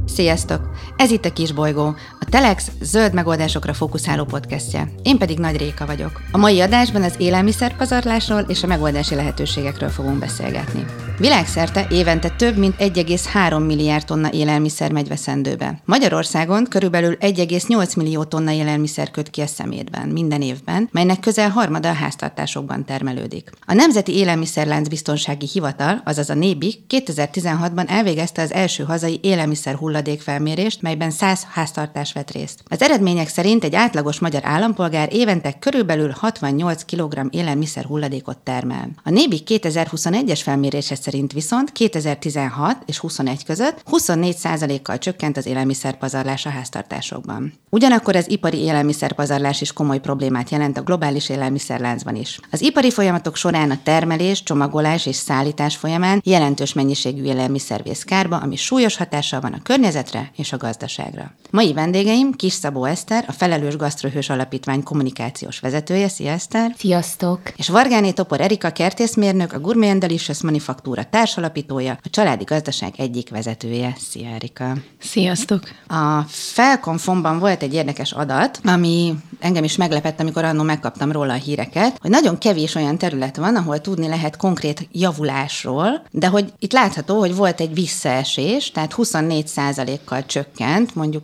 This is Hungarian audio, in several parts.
Sziasztok! Ez itt a Kisbolygó, a Telex zöld megoldásokra fókuszáló podcastje. Én pedig Nagy Réka vagyok. A mai adásban az élelmiszerpazarlásról és a megoldási lehetőségekről fogunk beszélgetni. Világszerte évente több mint 1,3 milliárd tonna élelmiszer megy veszendőbe. Magyarországon körülbelül 1,8 millió tonna élelmiszer köt ki a szemétben minden évben, melynek közel harmada a háztartásokban termelődik. A Nemzeti Élelmiszerlánc Biztonsági Hivatal, azaz a NÉBIK 2016-ban elvégezte az első hazai élelmiszer hulladékfelmérést, melyben 100 háztartás vett részt. Az eredmények szerint egy átlagos magyar állampolgár évente körülbelül 68 kg élelmiszer hulladékot termel. A NÉBIK 2021-es felmérése szerint viszont 2016 és 21 között 24%-kal csökkent az élelmiszerpazarlás a háztartásokban. Ugyanakkor az ipari élelmiszerpazarlás is komoly problémát jelent a globális élelmiszerláncban is. Az ipari folyamatok során a termelés, csomagolás és szállítás folyamán jelentős mennyiségű élelmiszer vész kárba, ami súlyos hatással van a környezetre és a gazdaságra. Mai vendégeim Kiss Szabó Eszter, a Felelős Gasztrohős Alapítvány kommunikációs vezetője. Szia, Eszter! Sziasztok! És Vargáné Topor Erika kertészmérnök, a Gourmet and Delicious Manufaktúra társalapítója, a családi gazdaság egyik vezetője. Szia, Erika! Sziasztok! A Felkonfomban volt egy érdekes adat, ami engem is meglepett, amikor annól megkaptam róla a híreket, hogy nagyon kevés olyan terület van, ahol tudni lehet konkrét javulásról, de hogy itt látható, hogy volt egy visszaesés, tehát 24%-kal csökkent mondjuk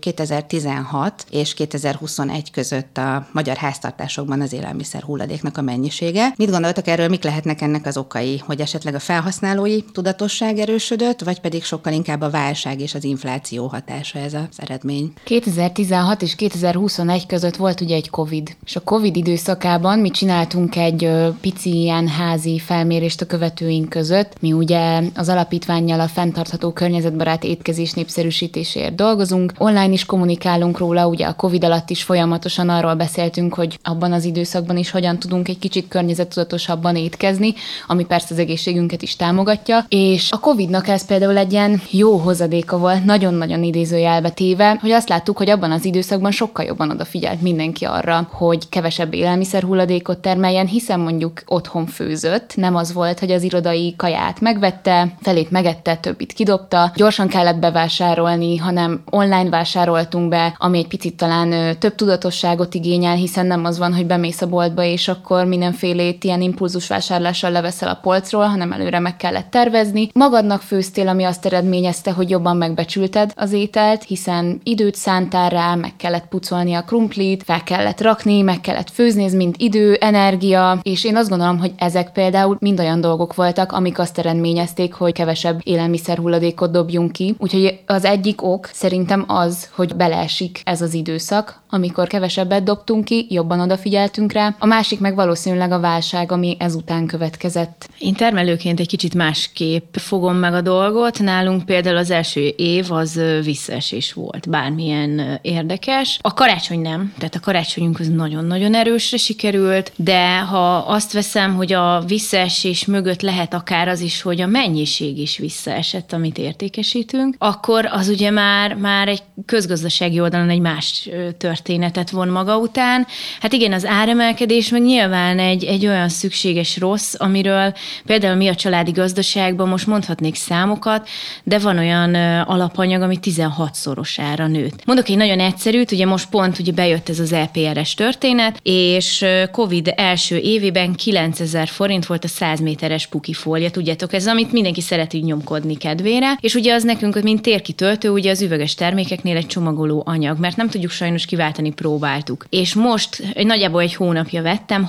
2016 és 2021 között a magyar háztartásokban az élelmiszer hulladéknak a mennyisége. Mit gondoltak erről, mik lehetnek ennek az okai? Hogy esetleg a felhasználói tudatosság erősödött, vagy pedig sokkal inkább a válság és az infláció hatása ez az eredmény? 2016 és 2021 között volt ugye egy Covid, és a Covid időszakában mi csináltunk egy pici ilyen házi felmérést a követőink között. Mi ugye az alapítvánnyal a fenntartható környezetbarát étkezés népszerűsítésért dolgozunk. Online is kommunikálunk róla, ugye a Covid alatt is folyamatosan arról beszéltünk, hogy abban az időszakban is hogyan tudunk egy kicsit környezettudatosabban étkezni, ami persze az egészségünket is támogatja, és a Covidnak ez például egy ilyen jó hozadéka volt, nagyon-nagyon idézőjelbe téve, hogy azt láttuk, hogy abban az időszakban sokkal jobban odafigyelt mindenki arra, hogy kevesebb élelmiszer hulladékot termeljen, hiszen mondjuk otthon főzött, nem az volt, hogy az irodai kaját megvette, felét megette, többit kidobta, gyorsan kellett bevásárolni, hanem online vásároltunk be, ami egy picit talán több tudatosságot igényel, hiszen nem az van, hogy bemész a boltba, és akkor mindenfélét ilyen impulzusvásárlással leveszel a polcról, hanem előre meg kellett tervezni. Magadnak főztél, ami azt eredményezte, hogy jobban megbecsülted az ételt, hiszen időt szántál rá, meg kellett pucolni a krumplit, fel kellett rakni, meg kellett főzni, ez mind idő, energia, és én azt gondolom, hogy ezek például mind olyan dolgok voltak, amik azt eredményezték, hogy kevesebb élelmiszer hulladékot dobjunk ki. Úgyhogy az egyik ok szerintem az, hogy beleesik ez az időszak, amikor kevesebbet dobtunk ki, jobban odafigyeltünk rá. A másik meg valószínűleg a válság, ami ezután következett. Én termelőként egy kicsit másképp fogom meg a dolgot. Nálunk például az első év az visszaesés volt, bármilyen érdekes. A karácsony nem, tehát a karácsonyunk az nagyon-nagyon erősre sikerült, de ha azt veszem, hogy a visszaesés mögött lehet akár az is, hogy a mennyiség is visszaesett, amit értékesítünk, akkor az ugye már egy közgazdasági oldalon egy más történetet von maga után. Hát igen, az áremelkedés meg nyilván egy olyan szükséges rossz, amiről például mi a családi gazdaságban most mondhatnék számokat, de van olyan alapanyag, ami 16-szorosára nőtt. Mondok egy nagyon egyszerűt, ugye most pont ugye bejött ez az EPR-es történet, és Covid első évében 9000 forint volt a 100 méteres pukifólia, tudjátok, ez amit mindenki szeret így nyomkodni kedvére, és ugye az nekünk, mint térkitöltő, ugye az üveges termékeknél egy csomagoló anyag, mert nem tudjuk sajnos kiváltani, próbáltuk. És most nagyjából egy hónapja vettem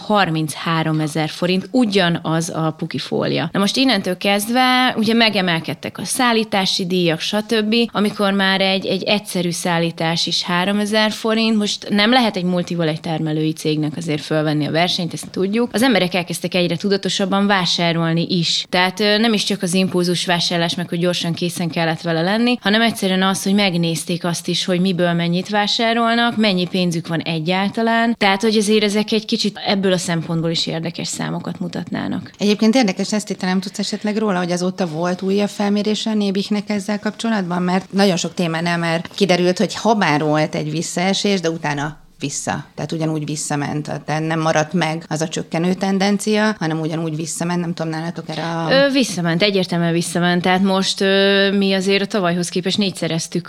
33 000 forint, ugyanaz a pukifólia. Na most innentől kezdve ugye megemelkedtek a szállítási díjak, stb., amikor már egy egyszerű szállítás is 3000 forint, most nem lehet egy multival egy termelői cégnek azért fölvenni a versenyt, ezt tudjuk. Az emberek elkezdtek egyre tudatosabban vásárolni is. Tehát nem is csak az impulzus vásárlás, meg hogy gyorsan készen kellett vele lenni, hanem egyszerűen az, hogy megnézték azt is, hogy miből mennyit vásárolnak, mennyi pénzük van egyáltalán. Tehát, hogy azért ezek egy kicsit ebből a szempontból is érdekes számokat mutatnának. Egyébként érdekes, ezt itt nem tudsz esetleg róla, hogy azóta volt újabb felmérése a NÉBIK-nek ezzel kapcsolatban, mert nagyon sok témánál már kiderült, hogy habár volt egy visszaesés, de utána vissza. Tehát ugyanúgy visszament. Tehát nem maradt meg az a csökkenő tendencia, hanem ugyanúgy visszament. Nem tudom, nálatok erre Visszament, egyértelműen visszament. Tehát most mi azért a tavalyhoz képest 4-szereztük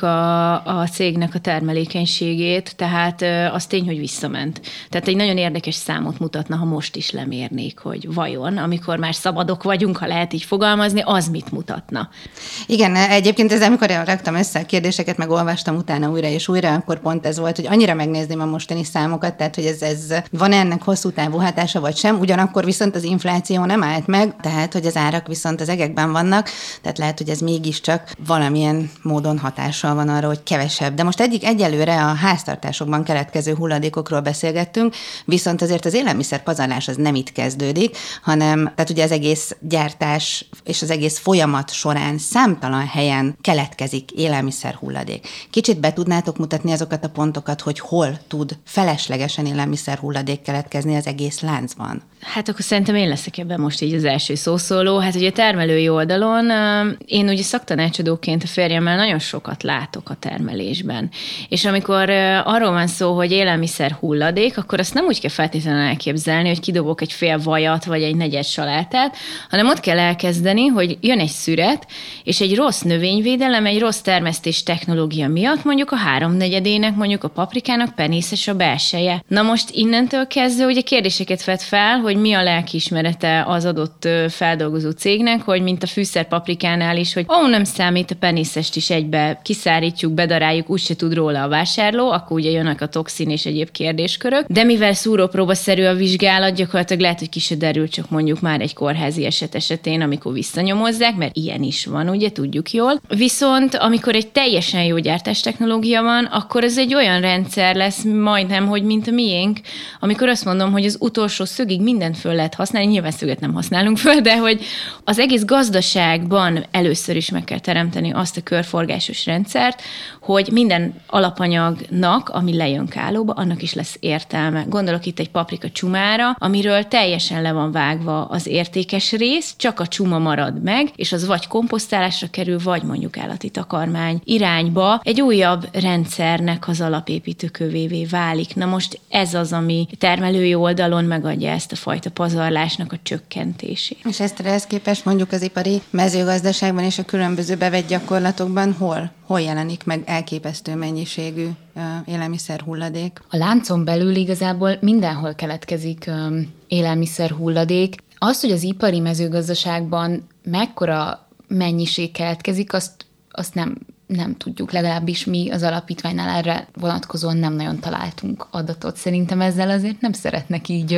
a cégnek a termelékenységét, tehát az tény, hogy visszament. Tehát egy nagyon érdekes számot mutatna, ha most is lemérnék, hogy vajon, amikor már szabadok vagyunk, ha lehet így fogalmazni, az mit mutatna. Igen, egyébként ez, amikor raktam össze a kérdéseket, meg olvastam utána újra és újra, akkor pont ez volt, hogy annyira megnézném a mostani számokat, tehát hogy ez van ennek hosszú távú hatása, vagy sem, ugyanakkor viszont az infláció nem állt meg, tehát hogy az árak viszont az egekben vannak, tehát lehet, hogy ez mégiscsak valamilyen módon hatással van arra, hogy kevesebb. De most egyelőre a háztartásokban keletkező hulladékokról beszélgettünk, viszont azért az élelmiszer pazarlás az nem itt kezdődik, hanem tehát ugye az egész gyártás és az egész folyamat során számtalan helyen keletkezik élelmiszer hulladék. Kicsit be tudnátok mutatni azokat a pontokat, hogy hol tud feleslegesen élelmiszer hulladék keletkezni az egész láncban? Hát akkor szerintem én leszek ebben most így az első szószóló. Hát ugye a termelői oldalon én ugye szaktanácsadóként a férjemmel nagyon sokat látok a termelésben. És amikor arról van szó, hogy élelmiszer hulladék, akkor azt nem úgy kell feltétlenül elképzelni, hogy kidobok egy fél vajat, vagy egy negyed salátát, hanem ott kell elkezdeni, hogy jön egy szüret, és egy rossz növényvédelem, egy rossz termesztés technológia miatt mondjuk a 3/4-ének, mondjuk a paprikának penészes a belseje. Na most innentől kezdve ugye kérdéseket vet fel, hogy mi a lelkiismerete az adott feldolgozó cégnek, hogy mint a fűszerpaprikánál is, hogy nem számít, a penészest is egybe kiszárítjuk, bedaráljuk, úgyse tud róla a vásárló, akkor ugye jönnek a toxin és egyéb kérdéskörök. De mivel szúrópróbaszerű a vizsgálat, gyakorlatilag lehet, hogy ki se derül, csak mondjuk már egy kórházi eset esetén, amikor visszanyomozzák, mert ilyen is van, ugye tudjuk jól. Viszont amikor egy teljesen jó gyártás technológia van, akkor ez egy olyan rendszer lesz majdnem, hogy mint a miénk, amikor azt mondom, hogy az utolsó szögig mindent föl lehet használni, nyilván szöget nem használunk föl, de hogy az egész gazdaságban először is meg kell teremteni azt a körforgásos rendszert, hogy minden alapanyagnak, ami lejön kálóba, annak is lesz értelme. Gondolok itt egy paprika csumára, amiről teljesen le van vágva az értékes rész, csak a csuma marad meg, és az vagy komposztálásra kerül, vagy mondjuk állati takarmány irányba. Egy újabb rendszernek az alapépítőkövévé válik. Na most ez az, ami termelői oldalon megadja ezt a fajta pazarlásnak a csökkentését. És ehhez képest mondjuk az ipari mezőgazdaságban és a különböző bevett gyakorlatokban hol jelenik meg elképesztő mennyiségű élelmiszer hulladék? A láncon belül igazából mindenhol keletkezik élelmiszer hulladék. Az, hogy az ipari mezőgazdaságban mekkora mennyiség keletkezik, azt nem tudjuk, legalábbis mi az alapítványnál erre vonatkozóan nem nagyon találtunk adatot. Szerintem ezzel azért nem szeretnek így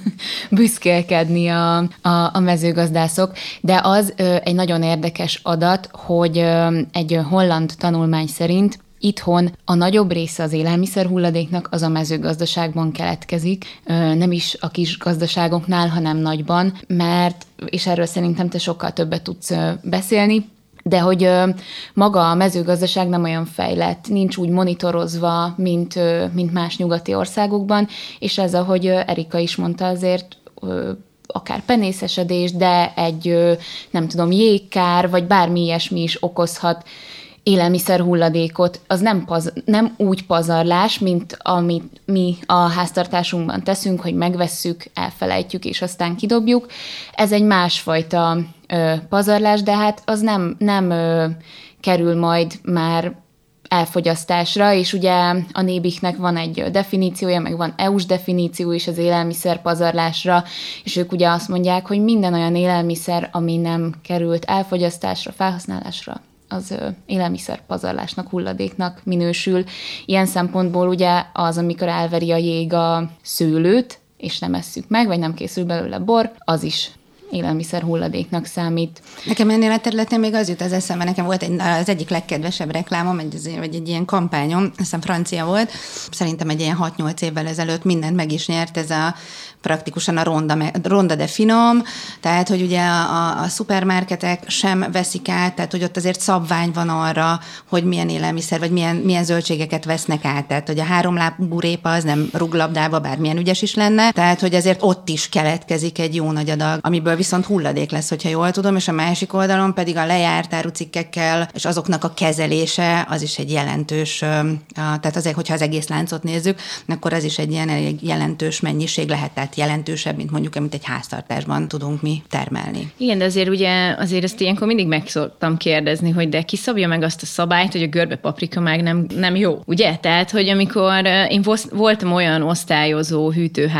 büszkélkedni a mezőgazdászok, de az egy nagyon érdekes adat, hogy egy holland tanulmány szerint itthon a nagyobb része az élelmiszer hulladéknak az a mezőgazdaságban keletkezik, nem is a kis gazdaságoknál, hanem nagyban, és erről szerintem te sokkal többet tudsz beszélni, de hogy maga a mezőgazdaság nem olyan fejlett, nincs úgy monitorozva, mint más nyugati országokban, és ez, ahogy Erika is mondta, azért akár penészesedés, de egy, nem tudom, jégkár, vagy bármi ilyesmi is okozhat élelmiszer hulladékot, az nem úgy pazarlás, mint amit mi a háztartásunkban teszünk, hogy megvesszük, elfelejtjük, és aztán kidobjuk. Ez egy másfajta pazarlás, de hát az nem kerül majd már elfogyasztásra, és ugye a Nébiknek van egy definíciója, meg van EU-s definíció is az élelmiszer pazarlásra, és ők ugye azt mondják, hogy minden olyan élelmiszer, ami nem került elfogyasztásra, felhasználásra, az élelmiszer pazarlásnak, hulladéknak minősül. Ilyen szempontból ugye az, amikor elveri a jég a szőlőt, és nem esszük meg, vagy nem készül belőle bor, az is élelmiszer hulladéknak számít. Nekem ennél a területen még az jut az eszembe, nekem volt az egyik legkedvesebb reklámom, vagy egy ilyen kampányom, azt hiszem francia volt, szerintem egy ilyen 6-8 évvel ezelőtt mindent meg is nyert, ez a praktikusan a ronda de finom, tehát, hogy ugye a szupermarketek sem veszik át, tehát, hogy ott azért szabvány van arra, hogy milyen élelmiszer, vagy milyen zöldségeket vesznek át, tehát, hogy a 3 lábú répa az nem ruglabdába, bármilyen ügyes is lenne, tehát, hogy azért ott is keletkezik egy jó nagy adag, amiből viszont hulladék lesz, hogyha jól tudom, és a másik oldalon pedig a lejárt árucikkekkel, és azoknak a kezelése, az is egy jelentős, tehát azért, hogyha az egész láncot nézzük, akkor az is egy ilyen elég jelentős mennyiség lehet, tehát jelentősebb, mint mondjuk, amit egy háztartásban tudunk mi termelni. Igen, de azért ezt ilyenkor mindig meg szoktam kérdezni, hogy de ki szabja meg azt a szabályt, hogy a görbe paprika meg nem jó, ugye? Tehát, hogy amikor én voltam olyan osztályozó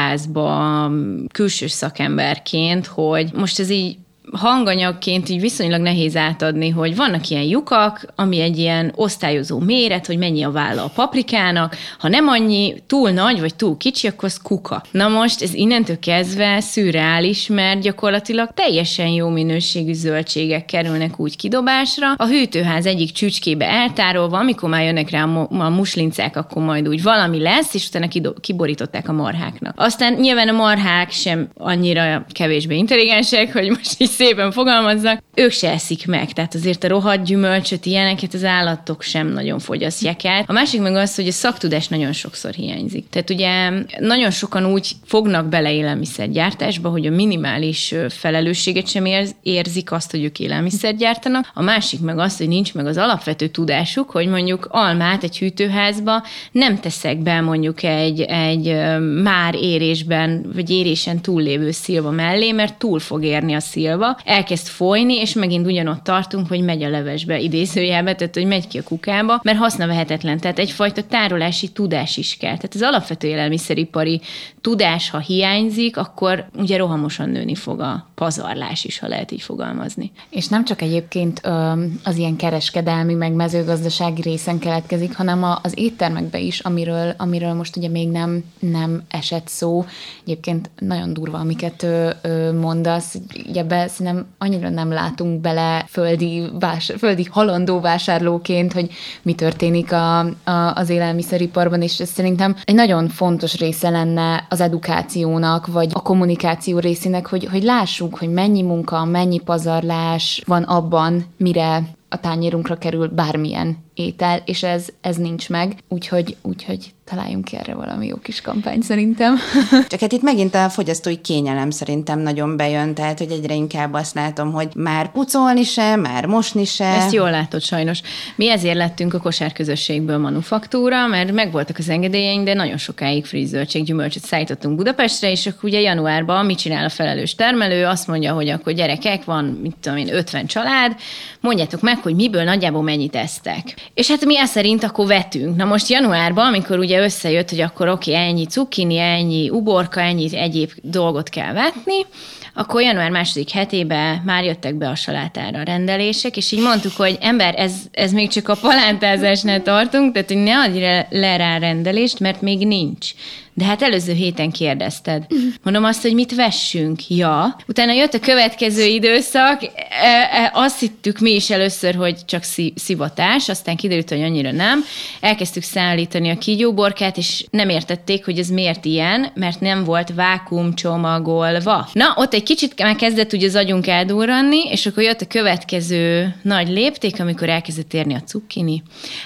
hűtőházban külsős szakemberként, hogy most ez így hanganyagként így viszonylag nehéz átadni, hogy vannak ilyen lyukak, ami egy ilyen osztályozó méret, hogy mennyi a válla a paprikának, ha nem annyi, túl nagy vagy túl kicsi, akkor az kuka. Na most ez innentől kezdve szürreális, mert gyakorlatilag teljesen jó minőségű zöldségek kerülnek úgy kidobásra, a hűtőház egyik csücskébe eltárolva, amikor már jönnek rá a muslincák, akkor majd úgy valami lesz, és utána kiborították a marháknak. Aztán nyilván a marhák sem annyira kevésbé intelligensek, hogy most így szépen fogalmazzak, ők se eszik meg, tehát azért a rohadt gyümölcsöt, ilyeneket az állatok sem nagyon fogyasztják el. A másik meg az, hogy a szaktudás nagyon sokszor hiányzik. Tehát ugye nagyon sokan úgy fognak bele élelmiszergyártásba, hogy a minimális felelősséget sem érzik azt, hogy ők élelmiszert gyártanak. A másik meg az, hogy nincs meg az alapvető tudásuk, hogy mondjuk almát egy hűtőházba nem teszek be mondjuk egy már érésben, vagy érésen túllévő szilva mellé, mert túl fog érni a szilva, elkezd folyni, és megint ugyanott tartunk, hogy megy a levesbe, idézőjelbe, tehát hogy megy ki a kukába, mert hasznavehetetlen. Tehát egyfajta tárolási tudás is kell. Tehát az alapvető élelmiszeripari tudás, ha hiányzik, akkor ugye rohamosan nőni fog a pazarlás is, ha lehet így fogalmazni. És nem csak egyébként az ilyen kereskedelmi, meg mezőgazdasági részen keletkezik, hanem az éttermekbe is, amiről most ugye még nem esett szó. Egyébként nagyon durva, amiket mondasz, ugye szerintem annyira nem látunk bele földi halandó vásárlóként, hogy mi történik az élelmiszeriparban, és ez szerintem egy nagyon fontos része lenne az edukációnak, vagy a kommunikáció részének, hogy lássuk, hogy mennyi munka, mennyi pazarlás van abban, mire a tányérunkra kerül bármilyen étel, és ez nincs meg, úgyhogy találjunk ki erre valami jó kis kampányt szerintem. Csak hát itt megint a fogyasztói kényelem szerintem nagyon bejön, tehát hogy egyre inkább azt látom, hogy már pucolni se, már mosni se. Ezt jól látod sajnos. Mi ezért lettünk a kosárközösségből manufaktúra, mert megvoltak az engedélyeink, de nagyon sokáig friss zöldség, gyümölcsöt szállítottunk Budapestre, és akkor ugye januárban mit csinál a felelős termelő? Azt mondja, hogy akkor gyerekek, van, mit tudom én, 50 család, mondjátok meg, hogy miből nagyjából mennyit esztek. És hát mi ezt szerint akkor vetünk. Na most januárban, amikor ugye összejött, hogy akkor oké, ennyi cukkini, ennyi uborka, ennyi egyéb dolgot kell vetni, akkor január második hetében már jöttek be a salátára a rendelések, és így mondtuk, hogy ember, ez még csak a palántázásnál tartunk, tehát hogy ne adj le rá rendelést, mert még nincs. De hát előző héten kérdezted. Mondom azt, hogy mit vessünk. Ja. Utána jött a következő időszak, azt hittük mi is először, hogy csak szivatás, aztán kiderült, hogy annyira nem. Elkezdtük szállítani a kígyóborkát, és nem értették, hogy ez miért ilyen, mert nem volt vákuumcsomagolva. Na, ott egy kicsit már kezdett ugye az agyunk eldurranni, és akkor jött a következő nagy lépték, amikor elkezdett érni a cukkini.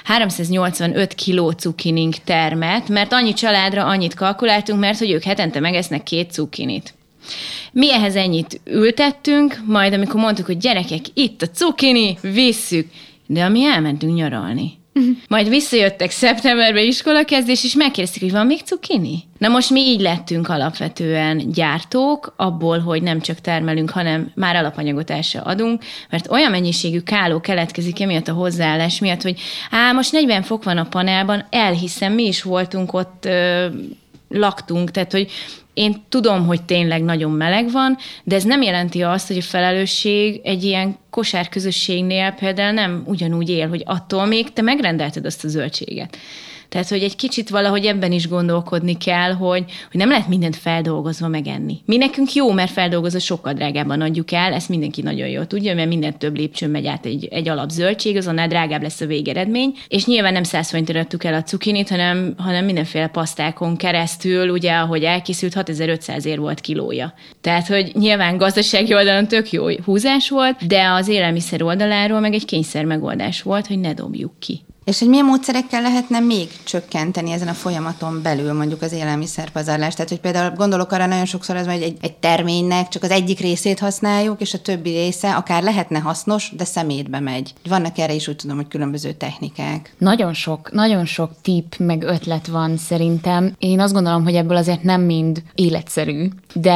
385 kiló cukkinink termett, mert annyi családra annyit kalkuláltunk, mert hogy ők hetente megesznek 2 cukkinit. Mi ehhez ennyit ültettünk, majd amikor mondtuk, hogy gyerekek, itt a cukkini, visszük, de mi elmentünk nyaralni. Majd visszajöttek szeptemberbe iskolakezdés, és megkérdezték, hogy van még cukkini? Na most mi így lettünk alapvetően gyártók, abból, hogy nem csak termelünk, hanem már alapanyagot el se adunk, mert olyan mennyiségű káló keletkezik emiatt a hozzáállás miatt, hogy most 40 fok van a panelban, elhiszem, mi is voltunk ott, laktunk, tehát hogy én tudom, hogy tényleg nagyon meleg van, de ez nem jelenti azt, hogy a felelősség egy ilyen kosárközösségnél például nem ugyanúgy él, hogy attól még te megrendelted azt a zöldséget. Tehát, hogy egy kicsit valahogy ebben is gondolkodni kell, hogy nem lehet mindent feldolgozva megenni. Mi nekünk jó, mert feldolgozva sokkal drágábban adjuk el, ezt mindenki nagyon jól tudja, mert minden több lépcsőn megy át egy alapzöldség, azonnal drágább lesz a végeredmény, és nyilván nem 100 forintért adtuk el a cukkinit, hanem mindenféle pasztákon keresztül, ugye, ahogy elkészült, 6500 ér volt kilója. Tehát, hogy nyilván gazdasági oldalon tök jó húzás volt, de az élelmiszer oldaláról meg egy kényszer megoldás volt, hogy ne dobjuk ki. És hogy milyen módszerekkel lehetne még csökkenteni ezen a folyamaton belül mondjuk az élelmiszerpazarlást? Tehát, hogy például gondolok arra nagyon sokszor az, hogy egy terménynek csak az egyik részét használjuk, és a többi része akár lehetne hasznos, de szemétbe megy. Vannak erre is úgy tudom, hogy különböző technikák. Nagyon sok tipp meg ötlet van szerintem. Én azt gondolom, hogy ebből azért nem mind életszerű,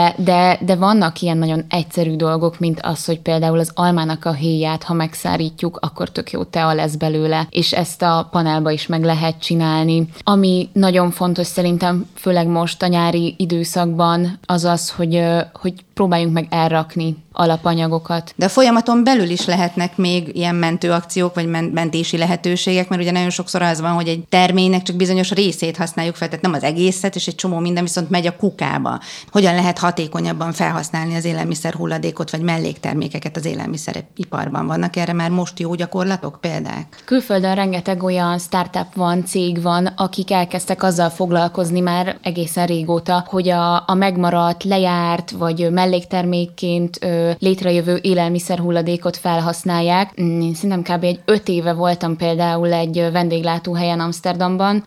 de vannak ilyen nagyon egyszerű dolgok, mint az, hogy például az almának a héját, ha megszárítjuk, akkor tök jó tea lesz belőle, és ezt a panelba is meg lehet csinálni. Ami nagyon fontos szerintem, főleg most a nyári időszakban, az az, hogy próbáljunk meg elrakni alapanyagokat. De a folyamaton belül is lehetnek még ilyen mentőakciók, vagy mentési lehetőségek, mert ugye nagyon sokszor az van, hogy egy terménynek csak bizonyos részét használjuk fel, tehát nem az egészet, és egy csomó minden viszont megy a kukába. Hogyan lehet hatékonyabban felhasználni az élelmiszer hulladékot, vagy melléktermékeket az élelmiszeriparban? Vannak erre már most jó gyakorlatok, példák? Külföldön rengeteg olyan startup van, cég van, akik elkezdtek azzal foglalkozni már egészen régóta, hogy a megmaradt, lejárt, vagy melléktermékként létrejövő élelmiszer hulladékot felhasználják. Én szerintem kb. 5 éve voltam például egy vendéglátóhelyen Amsterdamban,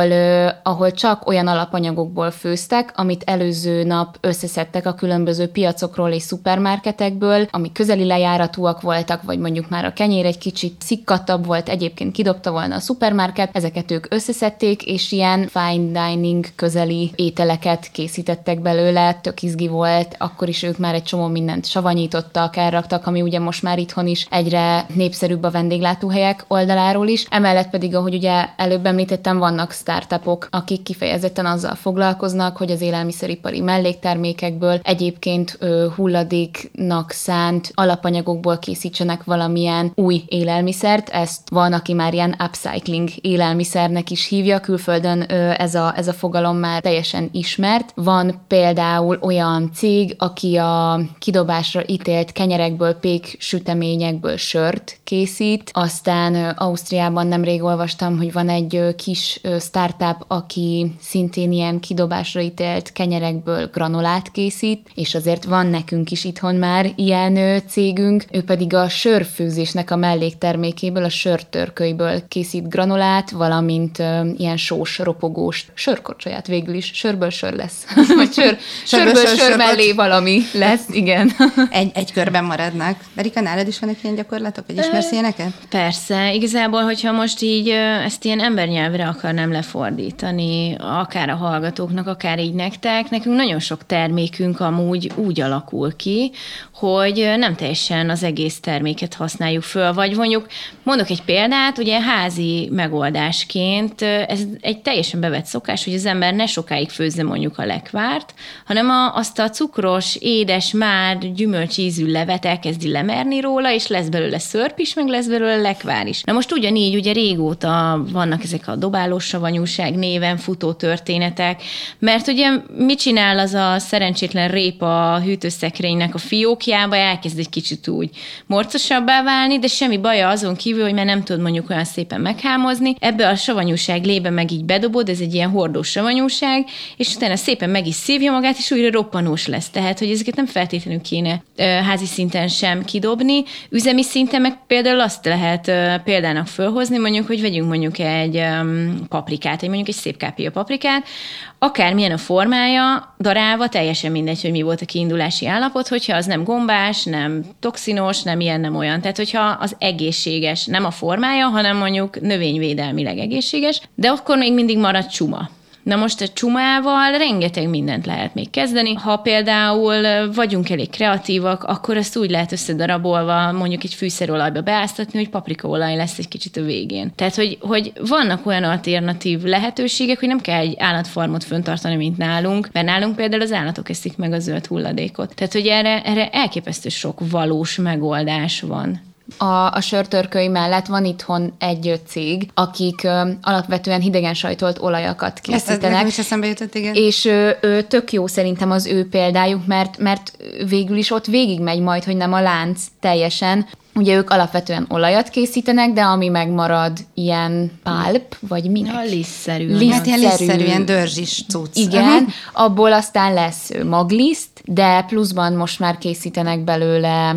ahol csak olyan alapanyagokból főztek, amit előző nap összeszedtek a különböző piacokról és szupermarketekből, amik közeli lejáratúak voltak, vagy mondjuk már a kenyér egy kicsit szikkatabb volt, egyébként kidobta volna a szupermarket, ezeket ők összeszedték, és ilyen fine dining közeli ételeket készítettek belőle, tök izgi volt, akkor is ők már egy csomó mindent savanyítottak, elraktak, ami ugye most már itthon is egyre népszerűbb a vendéglátóhelyek oldaláról is. Emellett pedig, ahogy ugye előbb említettem, vannak startupok, akik kifejezetten azzal foglalkoznak, hogy az élelmiszeripari melléktermékekből egyébként hulladéknak szánt alapanyagokból készítsenek valamilyen új élelmiszert. Ezt van, aki már ilyen upcycling élelmiszernek is hívja, külföldön ez a fogalom már teljesen ismert. Van például olyan cég, aki a kidobásra ítélt kenyerekből, péksüteményekből sört készít. Aztán Ausztriában nemrég olvastam, hogy van egy kis startup, aki szintén ilyen kidobásra ítélt kenyerekből granulát készít, és azért van nekünk is itthon már ilyen cégünk. Ő pedig a sörfőzésnek a melléktermékéből, a sörtörkölyből készít granulát, valamint ilyen sós, ropogós sörkocsaját végül is. Sörből sör lesz. Vagy sörből sör mellé valami lesz, igen. Egy körben maradnak. Erika, nálad is vannak ilyen gyakorlatok, vagy ismersz ilyeneket? Persze. Igazából, hogyha most így ezt ilyen embernyelvre akarnám lefordítani, akár a hallgatóknak, akár így nekünk nagyon sok termékünk amúgy úgy alakul ki, hogy nem teljesen az egész terméket használjuk föl, vagy mondok egy példát, ugye házi megoldásként ez egy teljesen bevett szokás, hogy az ember ne sokáig főzze mondjuk a lekvárt, hanem azt a cukros, édes, már gyümölcsízű levet elkezdi lemerni róla, és lesz belőle szörp is, meg lesz belőle lekvár is. Na most ugyanígy, ugye régóta vannak ezek a dobálós savanyúság néven futó történetek, mert ugye mit csinál az a szerencsétlen répa a hűtőszekrénynek a fiókjába, elkezd egy kicsit úgy morcosabbá válni, de semmi baja azon kívül, hogy már nem tud mondjuk olyan szépen meghámozni. Ebbe a savanyúság lébe meg így bedobod, ez egy ilyen hordós savanyúság, és utána szépen meg is szívja magát, és újra roppanós lesz. Tehát, hogy ezeket nem feltétlenül kéne házi szinten sem kidobni. Üzemi szinten meg például azt lehet példának fölhozni, mondjuk, hogy vegyünk mondjuk egy paprikát, mondjuk egy szép kápia paprikát, akármilyen a formája, darálva, teljesen mindegy, hogy mi volt a kiindulási állapot, hogyha az nem gombás, nem toxinos, nem ilyen, nem olyan. Tehát, hogyha az egészséges, nem a formája, hanem mondjuk növényvédelmileg egészséges, de akkor még mindig marad csuma. Na most a csumával rengeteg mindent lehet még kezdeni. Ha például vagyunk elég kreatívak, akkor ezt úgy lehet összedarabolva mondjuk egy fűszerolajba beáztatni, hogy paprikaolaj lesz egy kicsit a végén. Tehát, hogy vannak olyan alternatív lehetőségek, hogy nem kell egy állatfarmot föntartani, mint nálunk, mert nálunk például az állatok eszik meg a zöld hulladékot. Tehát, hogy erre elképesztő sok valós megoldás van. A sörtörköly mellett van itthon egy cég, akik alapvetően hidegen sajtolt olajakat készítenek. Ezt eszembe jutott, igen. És tök jó szerintem az ő példájuk, mert végül is ott végigmegy majd, hogy nem a lánc teljesen. Ugye ők alapvetően olajat készítenek, de ami megmarad ilyen pulp, vagy minek? A lisztszerű. Hát ilyen lisztszerű, ilyen dörzsis cucc. Igen, abból aztán lesz magliszt, de pluszban most már készítenek belőle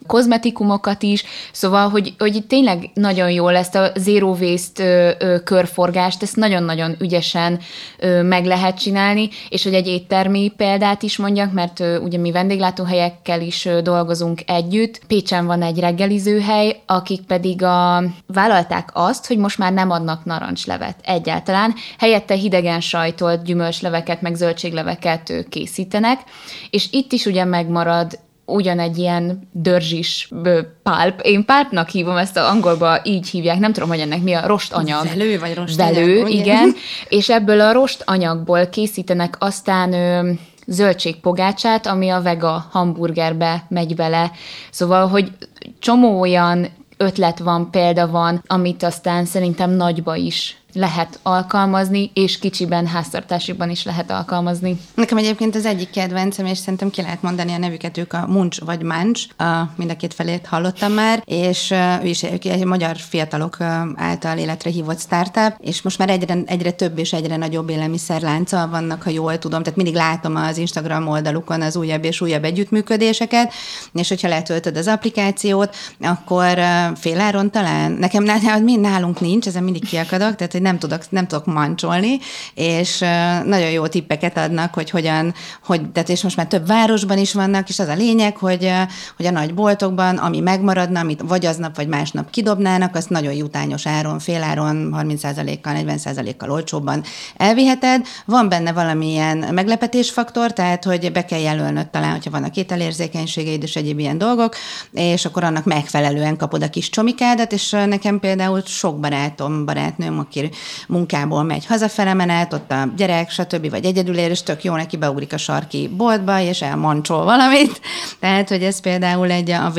kozmetikumokat is, szóval, hogy tényleg nagyon jól ezt a zero waste körforgást, ezt nagyon-nagyon ügyesen meg lehet csinálni, és hogy egy éttermi példát is mondjak, mert ugye mi vendéglátóhelyekkel is dolgozunk együtt. Pécsen van egy reggelizőhely, akik pedig vállalták azt, hogy most már nem adnak narancslevet egyáltalán, helyette hidegen sajtolt gyümölcsleveket, meg zöldségleveket készítenek, és itt is ugye megmarad ugyan egy ilyen dörzsis pulp. Én pulpnak hívom, ezt angolba így hívják, nem tudom, hogy ennek mi a rostanyag. Velő vagy rostanyag. Velő, igen. És ebből a rostanyagból készítenek aztán zöldségpogácsát, ami a vega hamburgerbe megy bele. Szóval, hogy csomó olyan ötlet van, példa van, amit aztán szerintem nagyba is lehet alkalmazni, és kicsiben, háztartásiban is lehet alkalmazni. Nekem egyébként az egyik kedvencem, és szerintem ki lehet mondani a nevüket, ők a Munch vagy Munch, mind a két felét hallottam már, és ő is egy magyar fiatalok által életre hívott startup, és most már egyre több és egyre nagyobb élelmiszerlánccal vannak, ha jól tudom, tehát mindig látom az Instagram oldalukon az újabb és újabb együttműködéseket, és hogyha letöltöd az applikációt, akkor féláron talán, nekem nálunk nincs, ezen mindig kiakadok, tehát hogy nem tudok mancsolni, és nagyon jó tippeket adnak, hogy hogyan, tehát és most már több városban is vannak, és az a lényeg, hogy a nagy boltokban, ami megmaradna, amit vagy aznap, vagy másnap kidobnának, azt nagyon jutányos áron, féláron, 30%-kal, 40%-kal olcsóbban elviheted. Van benne valamilyen meglepetésfaktor, tehát, hogy be kell jelölnöd talán, hogyha vannak ételérzékenységeid és egyéb ilyen dolgok, és akkor annak megfelelően kapod a kis csomikádat, és nekem például sok barátnőm, aki munkából megy hazafele menet, ott a gyerek, stb. Vagy egyedül ér, és tök jó neki beugrik a sarki boltba, és elmancsol valamit. Tehát, hogy ez például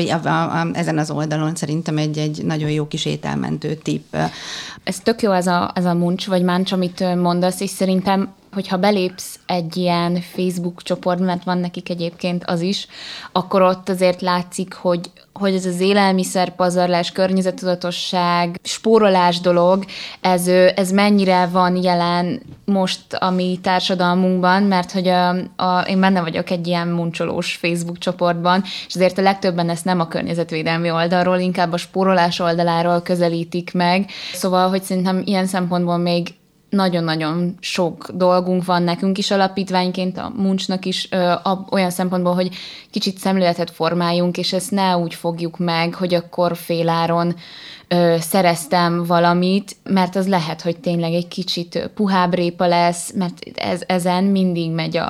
ezen az oldalon szerintem egy nagyon jó kis ételmentő tipp. Ez tök jó ez a Munch vagy Munch, amit mondasz, és szerintem hogyha belépsz egy ilyen Facebook csoport, mert van nekik egyébként az is, akkor ott azért látszik, hogy ez az élelmiszerpazarlás, környezettudatosság, spórolás dolog, ez mennyire van jelen most a mi társadalmunkban, mert hogy én benne vagyok egy ilyen muncsolós Facebook csoportban, és azért a legtöbben ezt nem a környezetvédelmi oldalról, inkább a spórolás oldaláról közelítik meg. Szóval, hogy szerintem ilyen szempontból még nagyon-nagyon sok dolgunk van nekünk is alapítványként, a Munchnak is olyan szempontból, hogy kicsit szemléletet formáljunk, és ezt ne úgy fogjuk meg, hogy akkor féláron szereztem valamit, mert az lehet, hogy tényleg egy kicsit puhább répa lesz, mert ezen mindig megy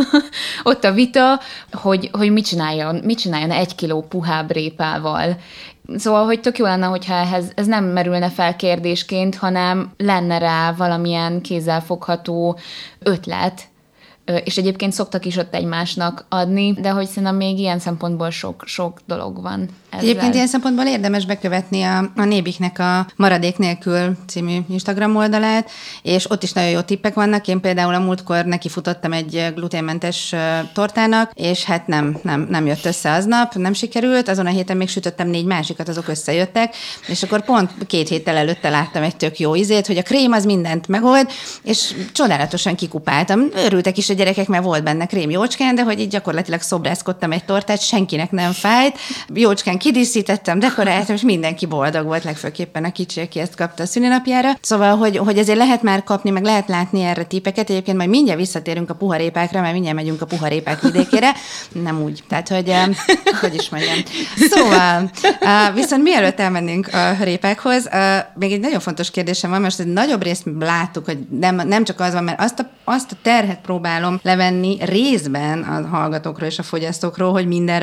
ott a vita, hogy mit csináljon 1 kiló puhább répával. Szóval, hogy tök jó lenne, hogyha ez nem merülne fel kérdésként, hanem lenne rá valamilyen kézzelfogható ötlet, és egyébként szoktak is ott egymásnak adni, de hogy szerintem még ilyen szempontból sok dolog van ezzel. Egyébként ilyen szempontból érdemes bekövetni a Nébiknek a Maradék nélkül című Instagram oldalát, és ott is nagyon jó tippek vannak. Én például a múltkor nekifutottam egy gluténmentes tortának, és hát nem jött össze aznap, nem sikerült, azon a héten még sütöttem 4 másikat, azok összejöttek, és akkor pont 2 héttel előtte láttam egy tök jó ízét, hogy a krém az mindent megold, és csodálatosan kikupáltam. Örültek is a gyerekek, mert volt benne krém jócskán, de hogy így gyakorlatilag szobrászkodtam egy tortát, senkinek nem fájt. Jócskán kidíszítettem, dekoráltam, és mindenki boldog volt, legfőképpen a kicsi, aki ezt kapta a szülinapjára. Szóval, hogy ezért lehet már kapni, meg lehet látni erre tippeket. Egyébként majd mindjárt visszatérünk a puharépákra, mert mindjárt megyünk a puharépák vidékére. Nem úgy. Tehát, hogy is mondjam. Szóval, viszont mielőtt elmennénk a répákhoz, még egy nagyon fontos kérdésem van, most egy nagyobb részt láttuk, hogy nem csak az van, mert azt a terhet próbálom levenni részben a hallgatókról és a fogyasztókról, hogy minden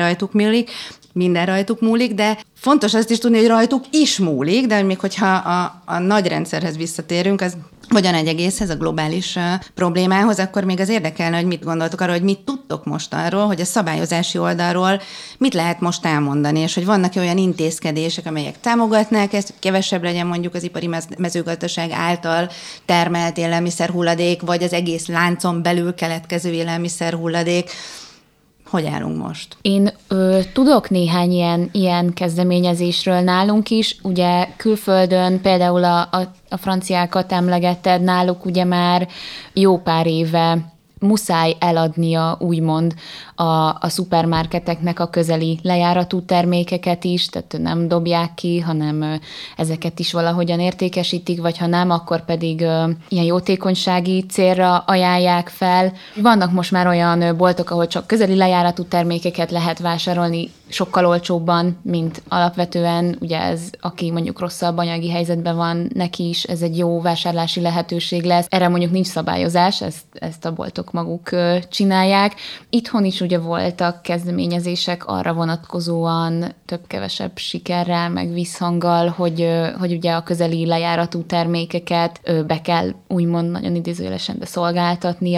rajtuk múlik, de fontos azt is tudni, hogy rajtuk is múlik, de még hogyha a nagy rendszerhez visszatérünk, az vagy a nagy egészhez, a globális problémához, akkor még az érdekelne, hogy mit gondoltok arról, hogy mit tudtok most arról, hogy a szabályozási oldalról mit lehet most elmondani, és hogy vannak olyan intézkedések, amelyek támogatnák ezt, hogy kevesebb legyen mondjuk az ipari mezőgazdaság által termelt élelmiszerhulladék, vagy az egész láncon belül keletkező élelmiszerhulladék. Hogy állunk most? Én tudok néhány ilyen kezdeményezésről nálunk is. Ugye külföldön például a franciákat emlegetted, náluk ugye már jó pár éve muszáj eladnia úgymond a szupermarketeknek a közeli lejáratú termékeket is, tehát nem dobják ki, hanem ezeket is valahogyan értékesítik, vagy ha nem, akkor pedig ilyen jótékonysági célra ajánlják fel. Vannak most már olyan boltok, ahol csak közeli lejáratú termékeket lehet vásárolni sokkal olcsóbban, mint alapvetően, ugye ez, aki mondjuk rosszabb anyagi helyzetben van, neki is ez egy jó vásárlási lehetőség lesz. Erre mondjuk nincs szabályozás, ezt a boltok maguk csinálják. Itthon is ugye voltak kezdeményezések arra vonatkozóan több-kevesebb sikerrel, meg visszhanggal, hogy ugye a közeli lejáratú termékeket be kell úgymond nagyon idézőjelesen szolgáltatni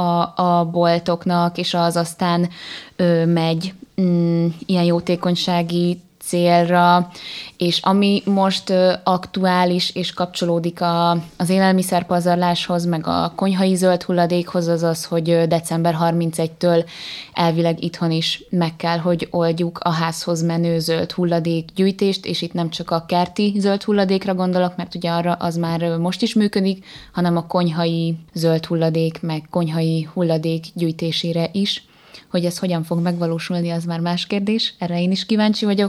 a boltoknak, és az aztán megy ilyen jótékonysági célra, és ami most aktuális és kapcsolódik az élelmiszerpazarláshoz, meg a konyhai zöld hulladékhoz, az az, hogy december 31-től elvileg itthon is meg kell, hogy oldjuk a házhoz menő zöld hulladékgyűjtést, és itt nem csak a kerti zöld hulladékra gondolok, mert ugye arra az már most is működik, hanem a konyhai zöld hulladék, meg konyhai hulladék gyűjtésére is. Hogy ez hogyan fog megvalósulni, az már más kérdés, erre én is kíváncsi vagyok,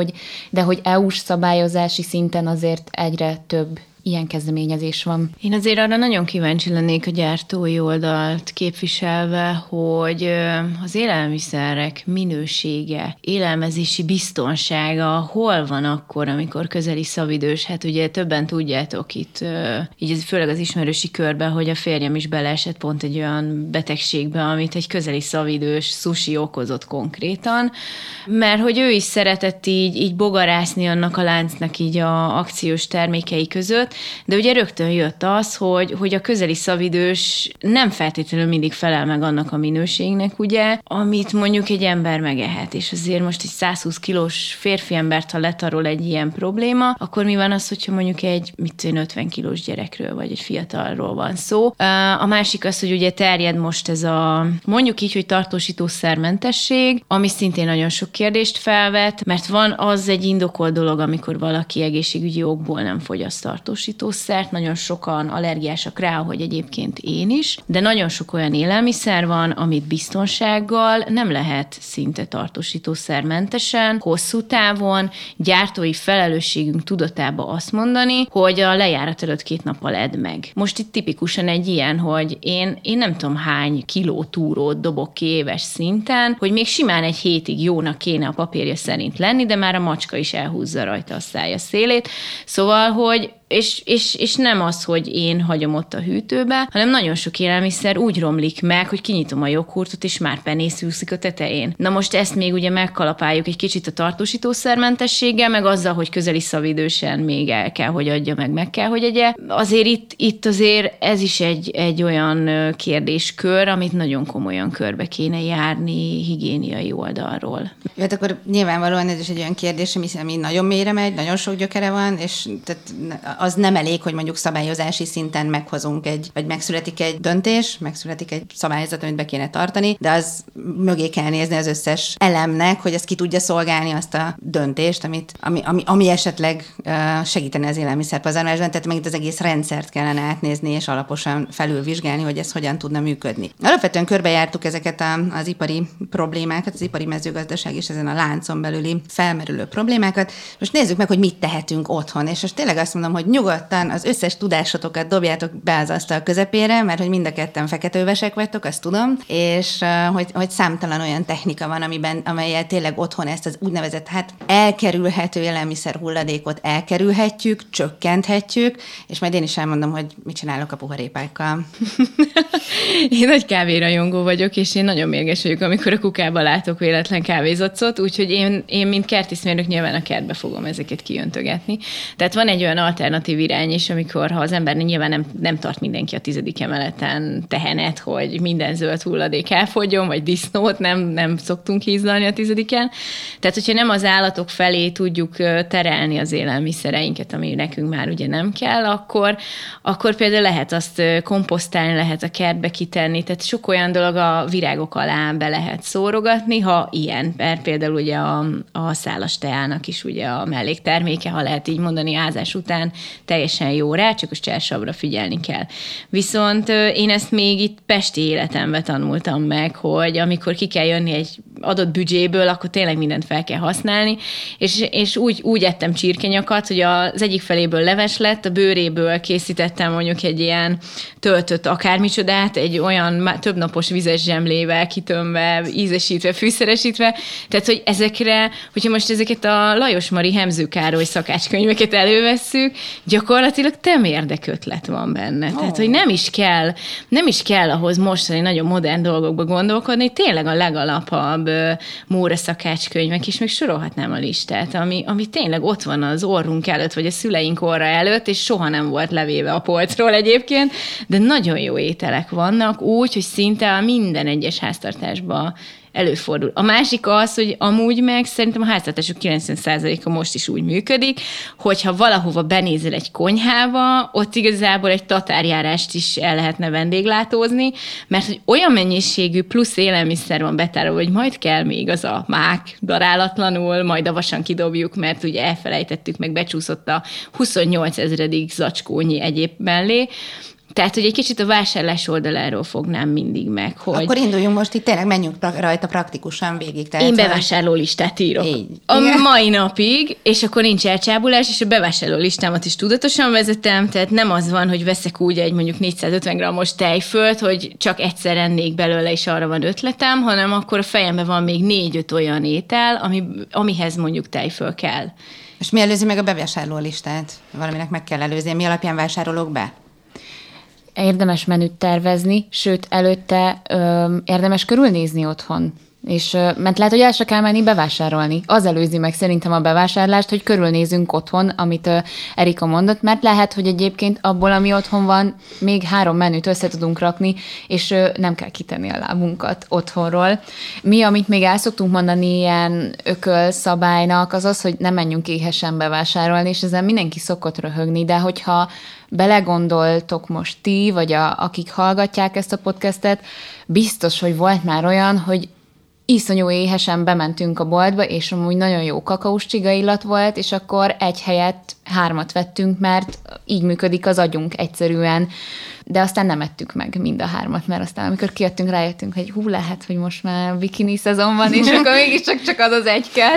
de hogy EU-s szabályozási szinten azért egyre több ilyen kezdeményezés van. Én azért arra nagyon kíváncsi lennék a gyártói oldalt képviselve, hogy az élelmiszerek minősége, élelmezési biztonsága hol van akkor, amikor közeli szabidős? Hát ugye többen tudjátok itt, így főleg az ismerősi körben, hogy a férjem is beleesett pont egy olyan betegségbe, amit egy közeli szabidős sushi okozott konkrétan, mert hogy ő is szeretett így bogarászni annak a láncnak így a akciós termékei között, de ugye rögtön jött az, hogy a közeli szabidős nem feltétlenül mindig felel meg annak a minőségnek, ugye, amit mondjuk egy ember megehet, és azért most egy 120 kilós férfi embert, ha letarol egy ilyen probléma, akkor mi van az, hogyha mondjuk egy 50 kilós gyerekről, vagy egy fiatalról van szó. A másik az, hogy ugye terjed most ez a, mondjuk így, hogy tartósítószermentesség, ami szintén nagyon sok kérdést felvet, mert van az egy indokolt dolog, amikor valaki egészségügyi okból nem fogyaszt tartósítószert, nagyon sokan allergiásak rá, hogy egyébként én is, de nagyon sok olyan élelmiszer van, amit biztonsággal nem lehet szinte tartósítószermentesen, hosszú távon, gyártói felelősségünk tudatába azt mondani, hogy a lejárat előtt 2 nappal edd meg. Most itt tipikusan egy ilyen, hogy én nem tudom hány kiló túrót dobok ki éves szinten, hogy még simán egy hétig jónak kéne a papírja szerint lenni, de már a macska is elhúzza rajta a szája szélét. Szóval, hogy és nem az, hogy én hagyom ott a hűtőbe, hanem nagyon sok élelmiszer úgy romlik meg, hogy kinyitom a joghurtot, és már penész úszik a tetején. Na most ezt még ugye megkalapáljuk egy kicsit a tartósítószermentességgel, meg azzal, hogy közeli szabidősen még el kell, hogy adja, meg kell, hogy egye. Azért itt azért ez is egy olyan kérdéskör, amit nagyon komolyan körbe kéne járni higiéniai oldalról. Jó, hát akkor nyilvánvalóan ez is egy olyan kérdés, ami nagyon mélyre megy, nagyon sok gyökere van, és tehát az nem elég, hogy mondjuk szabályozási szinten meghozunk vagy megszületik egy döntés, megszületik egy szabályzat, amit be kéne tartani, de az mögé kell nézni az összes elemnek, hogy ez ki tudja szolgálni azt a döntést, ami esetleg segítene az élelmiszerpazarlásban, tehát megint az egész rendszert kellene átnézni, és alaposan felülvizsgálni, hogy ez hogyan tudna működni. Alapvetően körbejártuk ezeket az ipari problémákat, az ipari mezőgazdaság és ezen a láncon belüli felmerülő problémákat. Most nézzük meg, hogy mit tehetünk otthon, és most tényleg azt mondom, hogy nyugodtan az összes tudásotokat dobjátok be az asztal közepére, mert hogy mind a ketten feketővesek vagytok, azt tudom, és hogy számtalan olyan technika van, amelyel tényleg otthon ezt az úgynevezett elkerülhető élelmiszer hulladékot elkerülhetjük, csökkenthetjük, és majd én is elmondom, hogy mit csinálok a puharépákkal. Én nagy kávérajongó vagyok, és én nagyon mérges vagyok, amikor a kukába látok véletlen kávézacot, úgyhogy én mint kertészmérnök nyilván a kertbe fogom ezeket kijöntögetni. Tehát van egy olyan alternatív irány is, amikor, ha az ember nyilván nem tart mindenki a 10. emeleten tehenet, hogy minden zöld hulladék elfogjon, vagy disznót, nem szoktunk hízlalni a 10-en. Tehát, hogyha nem az állatok felé tudjuk terelni az élelmiszereinket, ami nekünk már ugye nem kell, akkor például lehet azt komposztálni, lehet a kertbe kitenni, tehát sok olyan dolog a virágok alá be lehet szórogatni, ha ilyen, mert például ugye a szálas teának is ugye a mellékterméke, ha lehet így mondani, ázás után teljesen jó rá, csak a cserssavra figyelni kell. Viszont én ezt még itt pesti életemben tanultam meg, hogy amikor ki kell jönni egy adott büdzséből, akkor tényleg mindent fel kell használni, és úgy ettem csirkenyakat, hogy az egyik feléből leves lett, a bőréből készítettem mondjuk egy ilyen töltött akármicsodát, egy olyan többnapos vizes zsemlével kitömve, ízesítve, fűszeresítve, tehát hogy ezekre, hogyha most ezeket a Lajos Mari Hemző Károly szakácskönyveket elővesszük, gyakorlatilag tömérdekötlet van benne. Tehát, hogy nem is kell ahhoz mostani nagyon modern dolgokba gondolkodni, tényleg a legalapabb Móra szakácskönyvek, és még sorolhatnám a listát, ami tényleg ott van az orrunk előtt, vagy a szüleink orra előtt, és soha nem volt levéve a polcról egyébként, de nagyon jó ételek vannak úgy, hogy szinte minden egyes háztartásban előfordul. A másik az, hogy amúgy meg szerintem a háztartások 90%-a most is úgy működik, hogyha valahova benézel egy konyhába, ott igazából egy tatárjárást is el lehetne vendéglátózni, mert hogy olyan mennyiségű plusz élelmiszer van betárolva, hogy majd kell még az a mák darálatlanul, majd avasan kidobjuk, mert ugye elfelejtettük, meg becsúszott a 28 000. zacskónyi egyéb mellé. Tehát, hogy egy kicsit a vásárlás oldaláról fognám mindig meg, hogy... Akkor induljunk most itt, tényleg menjünk rajta praktikusan végig. Tehát én bevásárlólistát írok. A mai napig, és akkor nincs elcsábulás, és a bevásárlólistámat is tudatosan vezetem, tehát nem az van, hogy veszek úgy egy mondjuk 450 g-os tejfölt, hogy csak egyszer ennék belőle, és arra van ötletem, hanem akkor a fejemben van még 4-5 olyan étel, amihez mondjuk tejföl kell. És mi előzi meg a bevásárlólistát? Valaminek meg kell előzni. Mi alapján vásárolok be? Érdemes menüt tervezni, sőt, előtte érdemes körülnézni otthon. Mert lehet, hogy el se kell menni bevásárolni. Az előzi meg szerintem a bevásárlást, hogy körülnézünk otthon, amit Erika mondott, mert lehet, hogy egyébként abból, ami otthon van, még 3 menüt össze tudunk rakni, és nem kell kitenni a lábunkat otthonról. Mi, amit még el szoktunk mondani ilyen ökölszabálynak, az az, hogy ne menjünk éhesen bevásárolni, és ezen mindenki szokott röhögni, de hogyha belegondoltok most ti, vagy akik hallgatják ezt a podcastet, biztos, hogy volt már olyan, hogy iszonyú éhesen bementünk a boltba, és amúgy nagyon jó kakaós csiga illat volt, és akkor egy helyett 3 vettünk, mert így működik az agyunk egyszerűen. De aztán nem ettük meg mind a 3, mert aztán amikor kijöttünk, rájöttünk, hogy lehet, hogy most már bikini szezon van, és akkor mégiscsak csak az egy kell.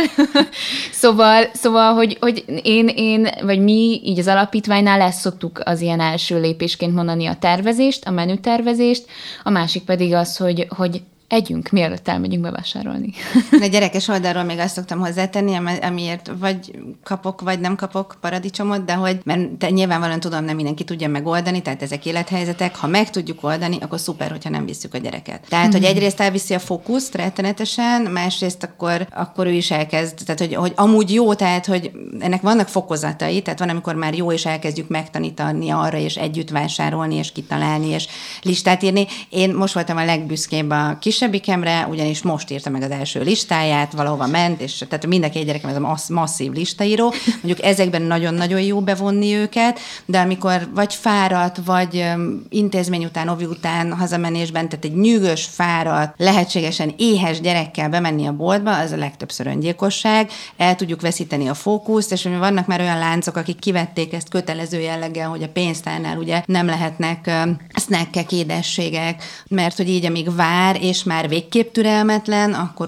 Szóval hogy én, vagy mi így az alapítványnál ezt szoktuk az ilyen első lépésként mondani a tervezést, a menütervezést, a másik pedig az, hogy együnk, mielőtt elmegyünk bevásárolni. A gyerekes oldalról még azt szoktam hozzátenni, amiért vagy kapok, vagy nem kapok paradicsomot, de mert nyilvánvalóan tudom, nem mindenki tudja megoldani, tehát ezek élethelyzetek. Ha meg tudjuk oldani, akkor szuper, hogyha nem visszük a gyereket. Tehát, hogy egyrészt elviszi a fókuszt rettenetesen, másrészt akkor ő is elkezd, tehát, hogy amúgy jó, tehát, hogy ennek vannak fokozatai, tehát van, amikor már jó, és elkezdjük megtanítani arra, és együtt vásárolni, és kitalálni, és listát írni. Én most voltam a legbüszkébb a kisebbikemre, ugyanis most írta meg az első listáját, valahova ment, és tehát mind a 2 gyerekem ez a masszív listaíró. Mondjuk ezekben nagyon-nagyon jó bevonni őket, de amikor vagy fáradt, vagy intézmény után, ovi után hazamenésben, tehát egy nyűgös, fáradt, lehetségesen éhes gyerekkel bemenni a boltba, az a legtöbbször öngyilkosság, el tudjuk veszíteni a fókuszt, és vannak már olyan láncok, akik kivették ezt kötelező jelleggel, hogy a pénztárnál ugye nem lehetnek snackek, édességek, mert hogy így amíg vár, és már végképp türelmetlen, akkor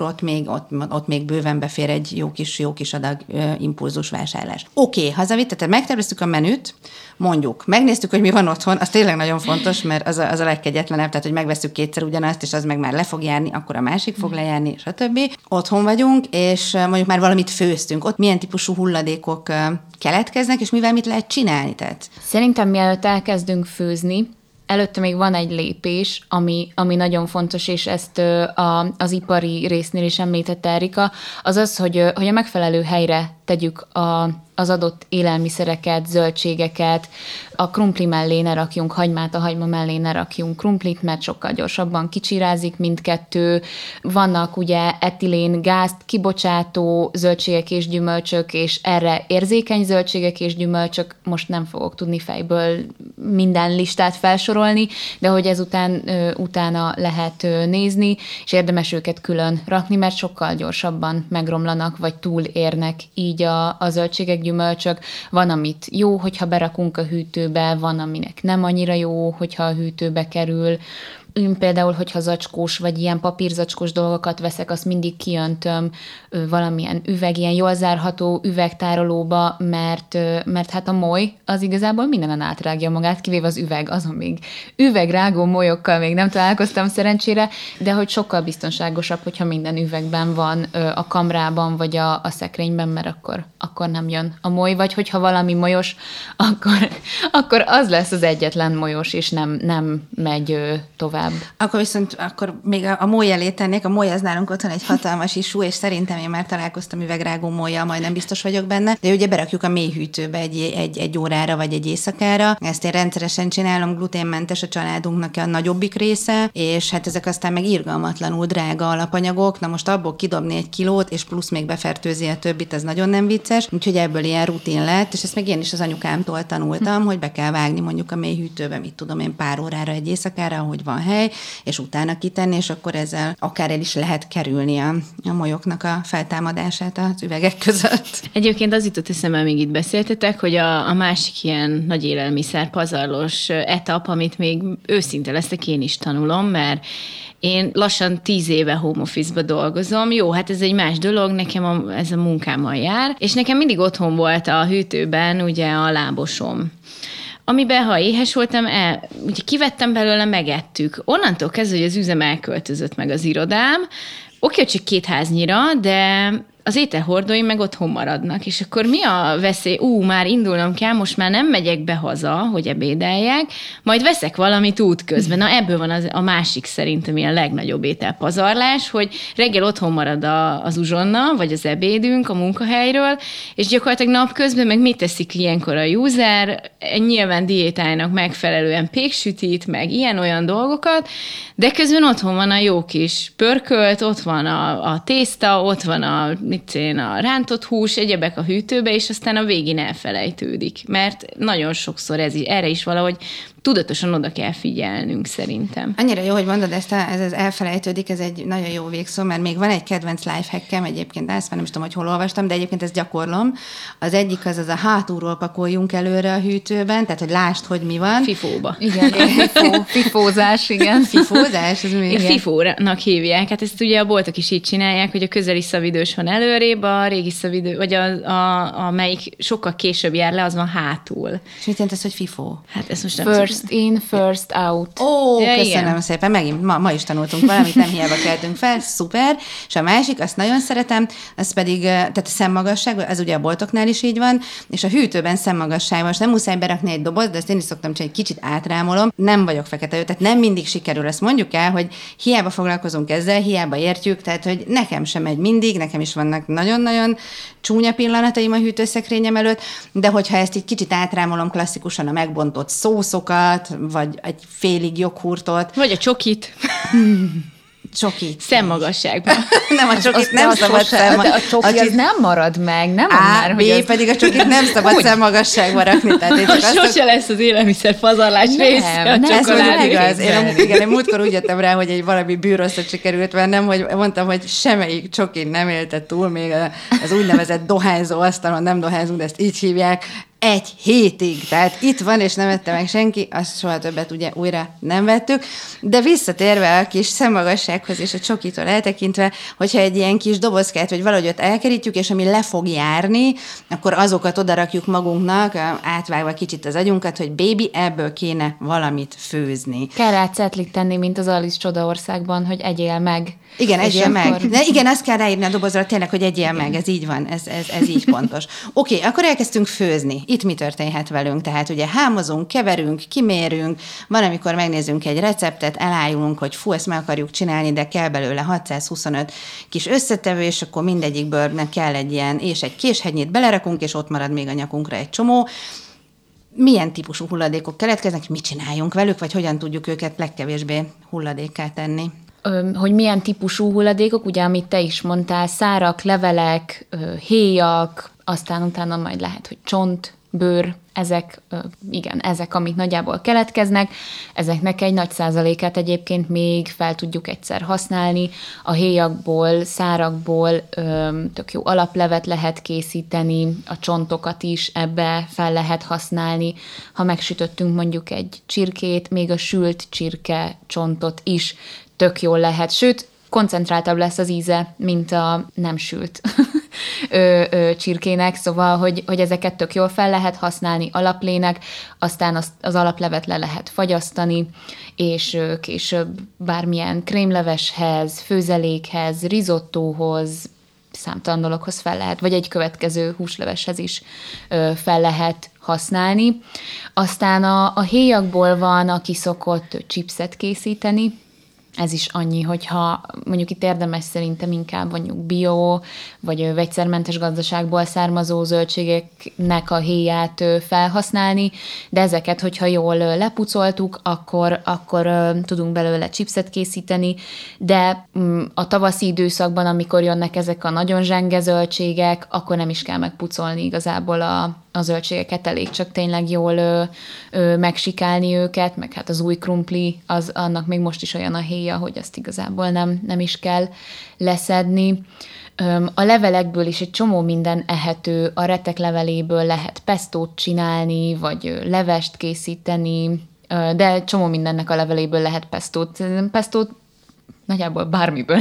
ott még bőven befér egy jó kis adag impulzus vásárlás. Oké, hazavitt, tehát megterveztük a menüt, mondjuk, megnéztük, hogy mi van otthon, az tényleg nagyon fontos, mert az a legkegyetlenebb, tehát hogy megveszünk 2-szer ugyanazt, és az meg már le fog járni, akkor a másik fog lejárni, stb. Otthon vagyunk, és mondjuk már valamit főztünk. Ott milyen típusú hulladékok keletkeznek, és mivel mit lehet csinálni? Tehát? Szerintem mielőtt elkezdünk főzni, előtte még van egy lépés, ami nagyon fontos, és ezt az ipari résznél is említette Erika, az az, hogy a megfelelő helyre tegyük az adott élelmiszereket, zöldségeket, a krumpli mellé ne rakjunk hagymát, a hagyma mellé ne rakjunk krumplit, mert sokkal gyorsabban kicsirázik mindkettő. Vannak ugye etilén gázt kibocsátó zöldségek és gyümölcsök, és erre érzékeny zöldségek és gyümölcsök, most nem fogok tudni fejből minden listát felsorolni, de hogy ezután utána lehet nézni, és érdemes őket külön rakni, mert sokkal gyorsabban megromlanak, vagy túlérnek így így a zöldségek, gyümölcsök. Van, amit jó, hogyha berakunk a hűtőbe, van, aminek nem annyira jó, hogyha a hűtőbe kerül. Én például, hogyha zacskós vagy ilyen papírzacskós dolgokat veszek, azt mindig kijöntöm valamilyen ilyen jól zárható üvegtárolóba, mert hát a moly az igazából mindenen átrágja magát, kivéve az üveg, azon még üvegrágó molyokkal még nem találkoztam szerencsére, de hogy sokkal biztonságosabb, hogyha minden üvegben van a kamrában vagy a szekrényben, mert akkor nem jön a moly, vagy hogyha valami molyos, akkor az lesz az egyetlen molyos, és nem megy tovább. Akkor viszont még a moly elé tennék, a moly az nálunk otthon egy hatalmas isú, és szerintem én már találkoztam üvegrágó mollyal, majdnem biztos vagyok benne, de ugye berakjuk a mélyhűtőbe egy órára vagy egy éjszakára. Ezt én rendszeresen csinálom, gluténmentes a családunknak a nagyobbik része, és hát ezek aztán meg irgalmatlanul drága alapanyagok. Na most abból kidobni 1 kilót, és plusz még befertőzi a többit, az nagyon nem vicces, úgyhogy ebből ilyen rutin lett, és ezt meg én is az anyukámtól tanultam, hogy be kell vágni mondjuk a mélyhűtőbe, mit tudom én, pár órára egy éjszakára, ahogy van hely, és utána kitenni, és akkor ezzel akár el is lehet kerülni a molyoknak a feltámadását az üvegek között. Egyébként az jutott eszembe, még itt beszéltetek, hogy a másik ilyen nagy élelmiszer pazarlós etap, amit még őszinte leszek, én is tanulom, mert én lassan 10 éve home office-ba dolgozom. Jó, hát ez egy más dolog, nekem ez a munkámmal jár, és nekem mindig otthon volt a hűtőben ugye a lábosom, amiben, ha éhes voltam, ugye kivettem belőle, megettük. Onnantól kezdve, hogy az üzem elköltözött meg az irodám, oké, csak 2 háznyira, de az ételhordóim meg otthon maradnak, és akkor mi a veszély? Már indulnom kell, most már nem megyek be haza, hogy ebédeljek, majd veszek valamit útközben. Na ebből van a másik szerintem ilyen legnagyobb ételpazarlás, hogy reggel otthon marad az uzsonna, vagy az ebédünk a munkahelyről, és gyakorlatilag napközben meg mit teszik ilyenkor a user? Nyilván diétájának megfelelően péksütit, meg ilyen-olyan dolgokat, de közben otthon van a jó kis pörkölt, ott van a tészta, ott van a rántott hús, egyebek a hűtőbe, és aztán a végén elfelejtődik. Mert nagyon sokszor erre is valahogy tudatosan oda kell figyelnünk szerintem. Annyira jó, hogy mondod ezt, ez elfelejtődik, ez egy nagyon jó végszó, mert még van egy kedvenc lifehackem egyébként, ezt már nem is tudom, hogy hol olvastam, de egyébként ezt gyakorlom. Az egyik az a hátulról pakoljunk előre a hűtőben, tehát hogy lásd, hogy mi van. Fifóba. Igen, fifózás, igen. Fifózás, ez mi? Fifónak hívják. Hát ezt ugye a boltok is így csinálják, hogy a közeli szavidős van előrébb, a régi szavidő, vagy amelyik sokkal később jár le, az van hátul. És mit jelent ez, hogy fifó? Hát ez most nem First in, first out. Köszönöm igen. Szépen, megint ma is tanultunk valamit, nem hiába keltünk fel, szuper. És a másik, azt nagyon szeretem, az pedig, tehát a szemmagasság, az ugye a boltoknál is így van, és a hűtőben szemmagasság. Most nem muszáj berakni egy doboz, de ezt én is szoktam csinálni, egy kicsit átrámolom. Nem vagyok fekete, tehát nem mindig sikerül. Ezt mondjuk el, hogy hiába foglalkozunk ezzel, hiába értjük, tehát hogy nekem sem megy mindig, nekem is vannak nagyon-nagyon csúnya pillanataim a hűtőszekrényem előtt, de hogyha ezt így kicsit átrámolom klasszikusan a megbontott szószokat, vagy egy félig joghurtot. Vagy a csokit. Csokit. Szemmagasságban. Nem, a csokit nem szabad A csoki az nem marad meg, nem? Pedig a csokit nem szabad szemmagasságba rakni. Sose lesz az élelmiszer pazarlás része. Ez mondjuk igaz. Én múltkor úgy jöttem rá, hogy egy valami bűrosszat sikerült vennem, hogy mondtam, hogy semmelyik csokin nem élte túl, még az úgynevezett dohányzó asztalon, nem dohányzunk, de ezt így hívják, 1 hétig. Tehát itt van, és nem vette meg senki, azt soha többet ugye újra nem vettük. De visszatérve a kis szemmagassághoz és a csokitól eltekintve, hogyha egy ilyen kis dobozkát, vagy valahogy ott elkerítjük, és ami le fog járni, akkor azokat odarakjuk magunknak, átvágva kicsit az agyunkat, hogy baby, ebből kéne valamit főzni. Kell rá cetlit tenni, mint az Alice Csodaországban, hogy egyél meg. Igen, egyél meg. De igen, azt kell ráírni a dobozra tényleg, hogy egyél meg, ez így van, ez így pontos. Oké, akkor elkezdtünk főzni. Itt mi történhet velünk? Tehát ugye hámozunk, keverünk, kimérünk, van, amikor megnézzünk egy receptet, elájulunk, hogy ezt meg akarjuk csinálni, de kell belőle 625 kis összetevő, és akkor mindegyikből kell egy ilyen, és egy késhegynyit belerakunk, és ott marad még a nyakunkra egy csomó. Milyen típusú hulladékok keletkeznek, mit csináljunk velük, vagy hogyan tudjuk őket legkevésbé hulladékká tenni? Hogy milyen típusú hulladékok, ugye, amit te is mondtál, szárak, levelek, héjak, aztán utána majd lehet, hogy csont, bőr, ezek, amik nagyjából keletkeznek, ezeknek egy nagy százalékát egyébként még fel tudjuk egyszer használni. A héjakból, szárakból tök jó alaplevet lehet készíteni, a csontokat is ebbe fel lehet használni. Ha megsütöttünk mondjuk egy csirkét, még a sült csirke csontot is tök jól lehet, sőt, koncentráltabb lesz az íze, mint a nem sült csirkének, szóval, hogy ezeket tök jól fel lehet használni alaplének, aztán az alaplevet le lehet fagyasztani, és később bármilyen krémleveshez, főzelékhez, risottóhoz, számtalan dologhoz fel lehet, vagy egy következő húsleveshez is fel lehet használni. Aztán a héjakból van, aki szokott chipset készíteni. Ez is annyi, hogyha mondjuk itt érdemes szerintem inkább mondjuk bio, vagy vegyszermentes gazdaságból származó zöldségeknek a héját felhasználni, de ezeket, hogyha jól lepucoltuk, akkor tudunk belőle chipset készíteni, de a tavaszi időszakban, amikor jönnek ezek a nagyon zsenge zöldségek, akkor nem is kell megpucolni igazából a zöldségeket, elég csak tényleg jól megsikálni őket, meg hát az új krumpli, annak még most is olyan a héja, hogy azt igazából nem is kell leszedni. A levelekből is egy csomó minden ehető, a retek leveléből lehet pestót csinálni, vagy levest készíteni, de csomó mindennek a leveléből lehet pestót nagyjából bármiből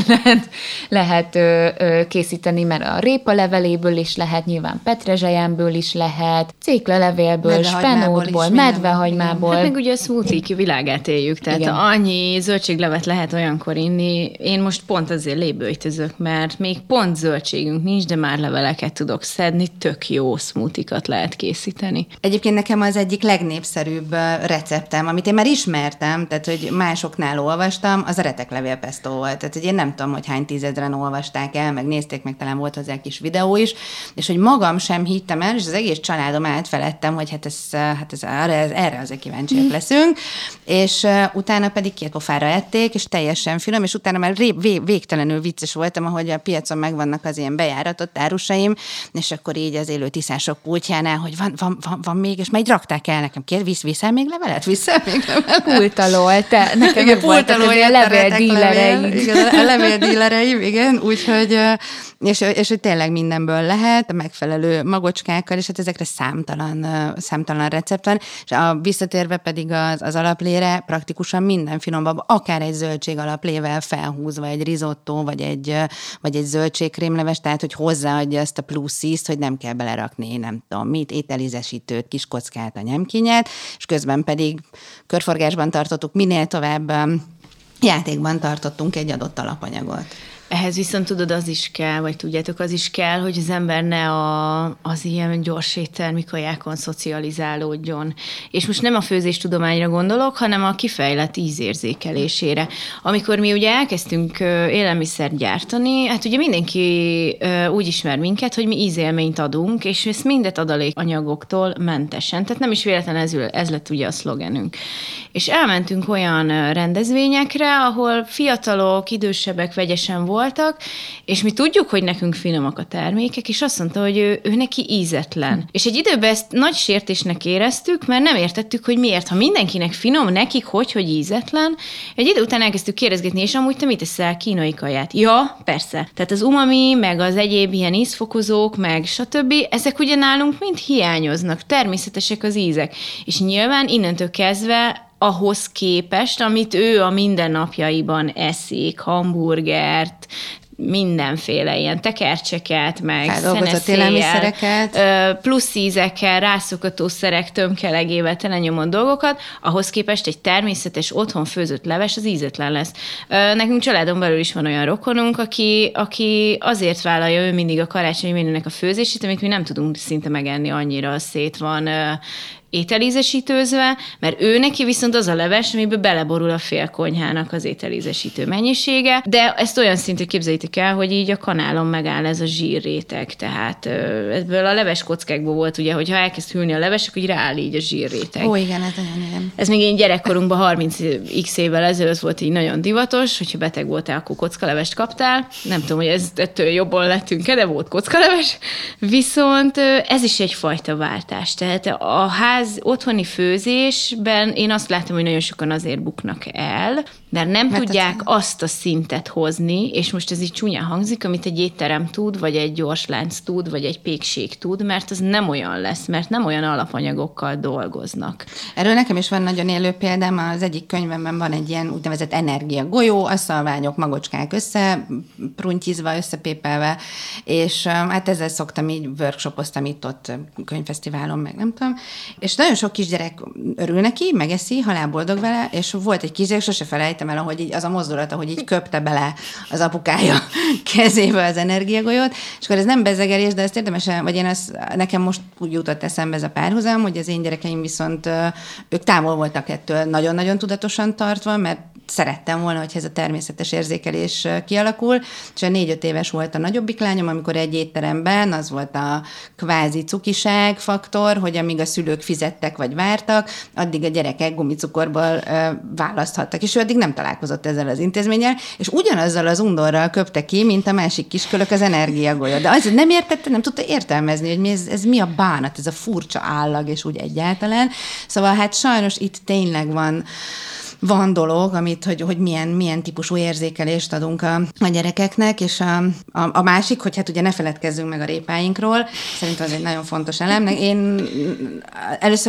lehet készíteni, mert a répa leveléből is lehet, nyilván petrezselyemből is lehet, céklalevélből, spenótból, medvehagymából. Hát meg ugye a smoothie világát éljük, tehát igen. Annyi zöldséglevet lehet olyankor inni. Én most pont azért lébőjtözök, mert még pont zöldségünk nincs, de már leveleket tudok szedni, tök jó smoothie-kat lehet készíteni. Egyébként nekem az egyik legnépszerűbb receptem, amit én már ismertem, tehát hogy másoknál olvastam, az a reteklevél pesto volt. Tehát, hogy én nem tudom, hogy hány tízezren olvasták el, meg nézték, meg talán volt hozzá kis videó is, és hogy magam sem hittem el, és az egész családom átfeledtem, hogy erre azért kíváncsiak leszünk, és utána pedig 2 pofára ették, és teljesen finom, és utána már végtelenül vicces voltam, ahogy a piacon megvannak az ilyen bejáratott árusaim, és akkor így az élő tiszások pultjánál, hogy van még, és majd rakták el nekem, viszel még levelet? Pultalól, nekem meg voltak az ilyen levéldílereid. Igen, a levéldílereim, igen, úgyhogy, és hogy tényleg mindenből lehet, a megfelelő magocskákkal, és hát ezekre számtalan recept van, és visszatérve pedig az alaplére praktikusan minden finomabb, akár egy zöldség alaplével felhúzva, egy risotto, vagy egy zöldségkrémleves, tehát hogy hozzáadja ezt a plusz ízt, hogy nem kell belerakni, nem tudom mit, ételízesítőt, kis kockát, a nyemkinyát, és közben pedig körforgásban tartottuk minél tovább játékban tartottunk egy adott alapanyagot. Ehhez viszont tudod, az is kell, vagy tudjátok, az is kell, hogy az ember ne az ilyen gyors éttermi kajákon szocializálódjon. És most nem a főzéstudományra gondolok, hanem a kifejlett ízérzékelésére. Amikor mi ugye elkezdtünk élelmiszert gyártani, hát ugye mindenki úgy ismer minket, hogy mi ízélményt adunk, és ezt mindet adalékanyagoktól mentesen. Tehát nem is véletlenül ez lett ugye a szlogenünk. És elmentünk olyan rendezvényekre, ahol fiatalok, idősebbek vegyesen voltak, és mi tudjuk, hogy nekünk finomak a termékek, és azt mondta, hogy ő neki ízetlen. És egy időben ezt nagy sértésnek éreztük, mert nem értettük, hogy miért. Ha mindenkinek finom, nekik hogy ízetlen. Egy idő után elkezdtük kérdezgetni, és amúgy te mit eszel, kínai kaját? Ja, persze. Tehát az umami, meg az egyéb ilyen ízfokozók, meg stb. Ezek ugye nálunk mind hiányoznak, természetesek az ízek. És nyilván innentől kezdve ahhoz képest, amit ő a mindennapjaiban eszik, hamburgert, mindenféle ilyen tekercseket, meg szeneszélyel, plusz ízekkel, rászokatószerek tömkelegével telenyomott dolgokat, ahhoz képest egy természetes, otthon főzött leves az ízetlen lesz. Nekünk családon belül is van olyan rokonunk, aki azért vállalja ő mindig a karácsonyi menünek a főzését, amit mi nem tudunk szinte megenni, annyira szét van ételízesítőzve, mert ő neki viszont az a leves, amiben beleborul a fél konyhának az ételízesítő mennyisége, de ezt olyan szintű képzeljétek el, hogy így a kanálon megáll ez a zsírréteg, tehát ebből a leves kockákból volt ugye, hogy ha elkezd hűlni a leves, akkor így rááll így a zsírréteg. Ó, igen, ez nagyon igen. Ez még én gyerekkorunkban 30x évvel ezelőtt volt így nagyon divatos, hogyha beteg voltál, akkor kockalevest kaptál. Nem tudom, hogy ettől jobban lettünk-e, de volt kockaleves. Viszont ez is egyfajta váltás. Tehát a otthoni főzésben én azt látom, hogy nagyon sokan azért buknak el, mert nem tudják azt a szintet hozni, és most ez így csúnyán hangzik, amit egy étterem tud, vagy egy gyorslánc tud, vagy egy pékség tud, mert az nem olyan lesz, mert nem olyan alapanyagokkal dolgoznak. Erről nekem is van nagyon élő példám, az egyik könyvemben van egy ilyen úgynevezett energiagolyó, asszalványok, magocskák összepruntyizva, összepépelve, és hát ezzel szoktam így workshopoztam itt-ott könyvfesztiválon, meg nem tudom, és nagyon sok kisgyerek örül neki, megeszi, halálboldog vele, és volt egy kisgyerek, sose felejtem el, ahogy így az a mozdulat, ahogy így köpte bele az apukája kezébe az energiagolyót, és akkor ez nem bezegelés, de ezt érdemes, vagy nekem most úgy jutott eszembe ez a párhuzam, hogy az én gyerekeim viszont ők távol voltak ettől nagyon-nagyon tudatosan tartva, mert szerettem volna, hogy ez a természetes érzékelés kialakul, és a 4-5 éves volt a nagyobbik lányom, amikor egy étteremben az volt a kvázi cukiság faktor, hogy amíg a szülők fizettek vagy vártak, addig a gyerekek gumicukorból választhattak, és ő addig nem találkozott ezzel az intézménnyel, és ugyanazzal az undorral köpte ki, mint a másik kiskölök az energiagolyót. De az nem értette, nem tudta értelmezni, hogy ez mi a bánat, ez a furcsa állag, és úgy egyáltalán. Szóval hát sajnos itt tényleg van dolog, amit, hogy milyen típusú érzékelést adunk a gyerekeknek, és a másik, hogy hát ugye ne feledkezzünk meg a répáinkról, szerintem az egy nagyon fontos elem. Én először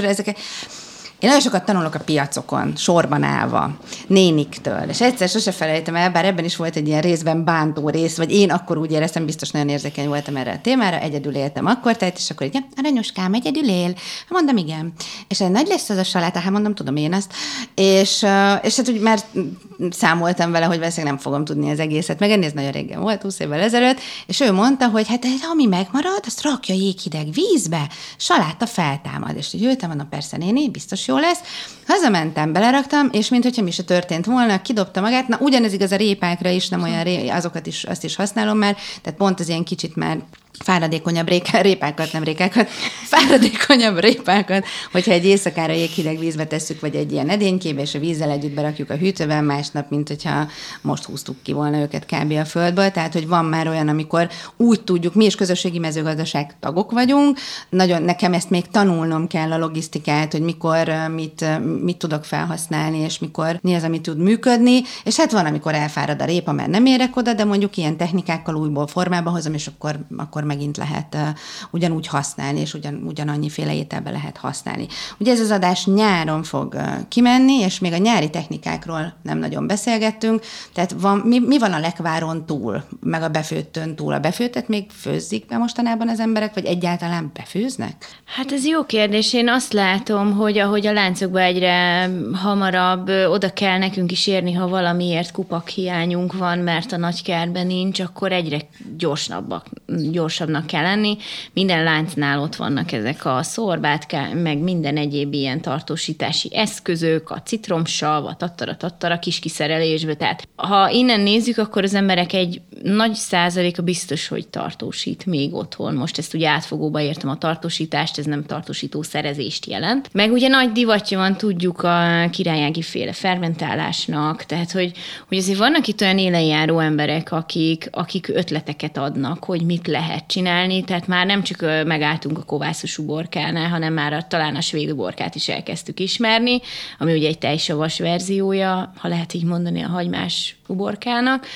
én nagyon sokat tanulok a piacokon, sorban állva, néniktől, és egyszer sose felejtem el, bár ebben is volt egy ilyen részben bántó rész, vagy én akkor úgy éreztem, biztos nagyon érzékeny voltam erre a témára, egyedül éltem akkor, tehát, és akkor így, Aranyuskám, egyedül él? Mondom, igen. És nagy lesz az a saláta, hát mondom, tudom én azt. És hát úgy már számoltam vele, hogy valószínűleg nem fogom tudni az egészet megenni, ez nagyon régen volt, 20 évvel ezelőtt, és ő mondta, hogy hát ami megmarad, azt rakja jéghideg vízbe, saláta feltámad. És így ültem, mondom, persze néni, biztos jó lesz. Hazamentem, beleraktam, és minthogyha mi se történt volna, kidobta magát. Na, ugyanez igaz a répákra is, nem olyan azt is használom már, tehát pont az ilyen kicsit már fáradékonyabb fáradékonyabb répákat, hogyha egy éjszakára jéghideg vízbe tesszük, vagy egy ilyen edénykébe, és a vízzel együtt berakjuk a hűtőben másnap, mint hogyha most húztuk ki volna őket kb. A földből. Tehát, hogy van már olyan, amikor úgy tudjuk, mi is közösségi mezőgazdaság tagok vagyunk, nagyon nekem ezt még tanulnom kell a logisztikát, hogy mikor mit tudok felhasználni, és mikor mi az, ami tud működni, és hát van, amikor elfárad a répa, mert nem érek oda, de mondjuk ilyen technikákkal újból formába hozom, és akkor megint lehet ugyanúgy használni, és ugyanannyiféle ételbe lehet használni. Ugye ez az adás nyáron fog kimenni, és még a nyári technikákról nem nagyon beszélgettünk, tehát mi van a lekváron túl, meg a befőttön túl? A befőttet még főzzik be mostanában az emberek, vagy egyáltalán befőznek? Hát ez jó kérdés. Én azt látom, hogy ahogy a láncokba egyre hamarabb oda kell nekünk is érni, ha valamiért kupakhiányunk van, mert a nagykertben nincs, akkor egyre gyorsabbnak kell lenni. Minden láncnál ott vannak ezek a szorbátkák, meg minden egyéb ilyen tartósítási eszközök, a citromsav, a tattara kis kiszerelésbe. Tehát ha innen nézzük, akkor az emberek egy nagy százaléka biztos, hogy tartósít még otthon. Most ezt ugye átfogóba értem a tartósítást, ez nem tartósító szerezést jelent. Meg ugye nagy divatja van, tudjuk, a királyági féle fermentálásnak, tehát hogy azért vannak itt olyan élenjáró emberek, akik ötleteket adnak, hogy mit lehet csinálni, tehát már nem csak megálltunk a kovászos uborkánál, hanem már talán a svéd uborkát is elkezdtük ismerni, ami ugye egy tejsavas verziója, ha lehet így mondani, a hagymás uborkának.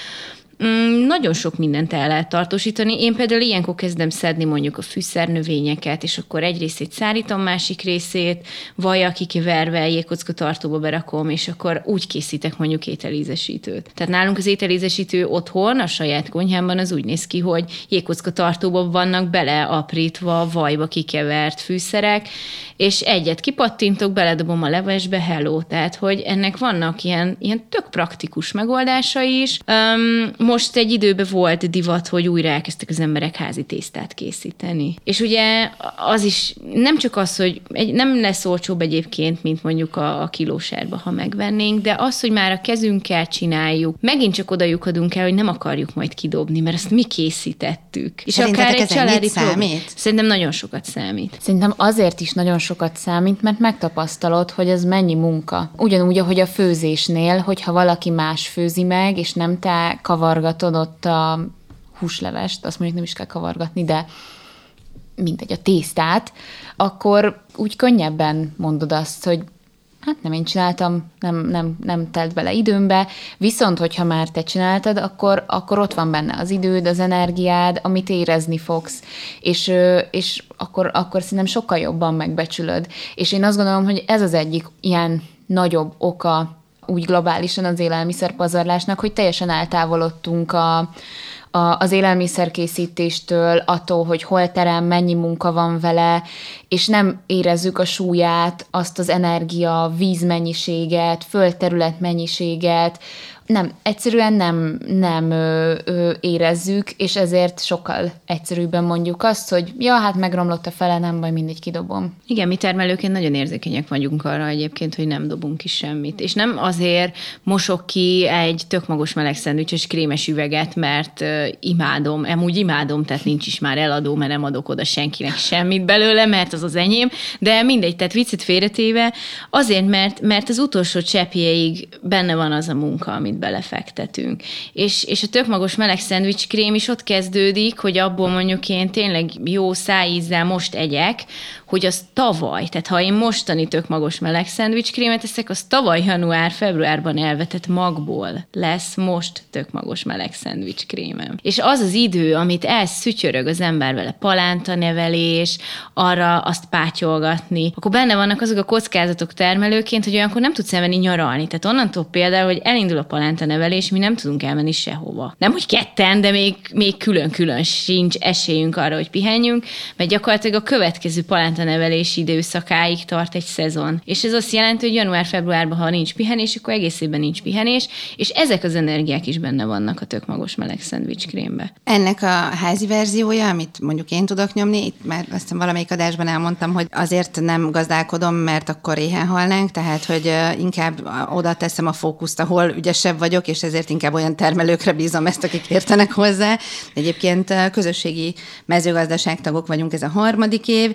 Nagyon sok mindent el lehet tartósítani. Én például ilyenkor kezdem szedni mondjuk a fűszernövényeket, és akkor egy részét szárítom, másik részét vajjal kikiverve jégkocka tartóba berakom, és akkor úgy készítek mondjuk ételízesítőt. Tehát nálunk az ételízesítő otthon, a saját konyhámban az úgy néz ki, hogy jégkocka tartóba vannak beleaprítva, vajba kikevert fűszerek, és egyet kipattintok, beledobom a levesbe, hello. Tehát, hogy ennek vannak ilyen tök praktikus megoldásai is. most egy időben volt divat, hogy újra elkezdtek az emberek házi tésztát készíteni. És ugye az is nem csak az, hogy nem lesz olcsóbb egyébként, mint mondjuk a kilósárba, ha megvennénk, de az, hogy már a kezünkkel csináljuk, megint csak oda lyukadunk el, hogy nem akarjuk majd kidobni, mert azt mi készítettük. És akár egy családi számít? Szerintem nagyon sokat számít. Szerintem azért is nagyon sokat számít, mert megtapasztalod, hogy ez mennyi munka. Ugyanúgy, ahogy a főzésnél, hogyha valaki más főzi meg, és nem te kavargatod ott a húslevest, azt mondjuk nem is kell kavargatni, de mindegy, a tésztát, akkor úgy könnyebben mondod azt, hogy hát nem én csináltam, nem telt bele időmbe, viszont hogyha már te csináltad, akkor ott van benne az időd, az energiád, amit érezni fogsz, és akkor szerintem sokkal jobban megbecsülöd. És én azt gondolom, hogy ez az egyik ilyen nagyobb oka úgy globálisan az élelmiszerpazarlásnak, hogy teljesen eltávolodtunk az élelmiszerkészítéstől, attól, hogy hol terem, mennyi munka van vele, és nem érezzük a súlyát, azt az energia, vízmennyiséget, földterület mennyiséget, egyszerűen nem érezzük, és ezért sokkal egyszerűbben mondjuk azt, hogy ja, hát megromlott a fele, nem baj, mindegy, kidobom. Igen, mi termelőként nagyon érzékenyek vagyunk arra egyébként, hogy nem dobunk ki semmit. És nem azért mosok ki egy tök magos meleg szendvicses krémes üveget, mert imádom, amúgy imádom, tehát nincs is már eladó, mert nem adok oda senkinek semmit belőle, mert az enyém, de mindegy, tehát viccet félretéve, azért, mert az utolsó cseppjéig benne van az a munka, amit belefektetünk. És a tök magos meleg szendvics krém is ott kezdődik, hogy abból mondjuk én tényleg jó szájízzel most egyek, hogy az tavaly, tehát ha én mostani tök magos meleg szendvics krémet eszek, az tavaly január-februárban elvetett magból lesz most tök magos meleg szendvics krémem. És az az idő, amit elszütyörög az ember vele, palántanevelés, arra azt pátyolgatni, akkor benne vannak azok a kockázatok termelőként, hogy olyankor nem tudsz elmenni nyaralni. Tehát onnantól például, hogy elindul a palántanevelés, mi nem tudunk elmenni sehova. Nem, hogy ketten, de még külön-külön sincs esélyünk arra, hogy pihenjünk, mert gyakorlatilag a következő palántanevelési időszakáig tart egy szezon. És ez azt jelenti, hogy január-februárban, ha nincs pihenés, akkor egész évben nincs pihenés, és ezek az energiák is benne vannak a tök magos meleg szendvics krémbe. Ennek a házi verziója, amit mondjuk én tudok nyomni, itt már azt hiszem valamelyik adásban elmondtam, hogy azért nem gazdálkodom, mert akkor éhen halnánk, tehát hogy inkább oda teszem a fókuszt, ahol ügyesebb vagyok, és ezért inkább olyan termelőkre bízom ezt, akik értenek hozzá. Egyébként közösségi mezőgazdaságtagok vagyunk, ez a 3. év,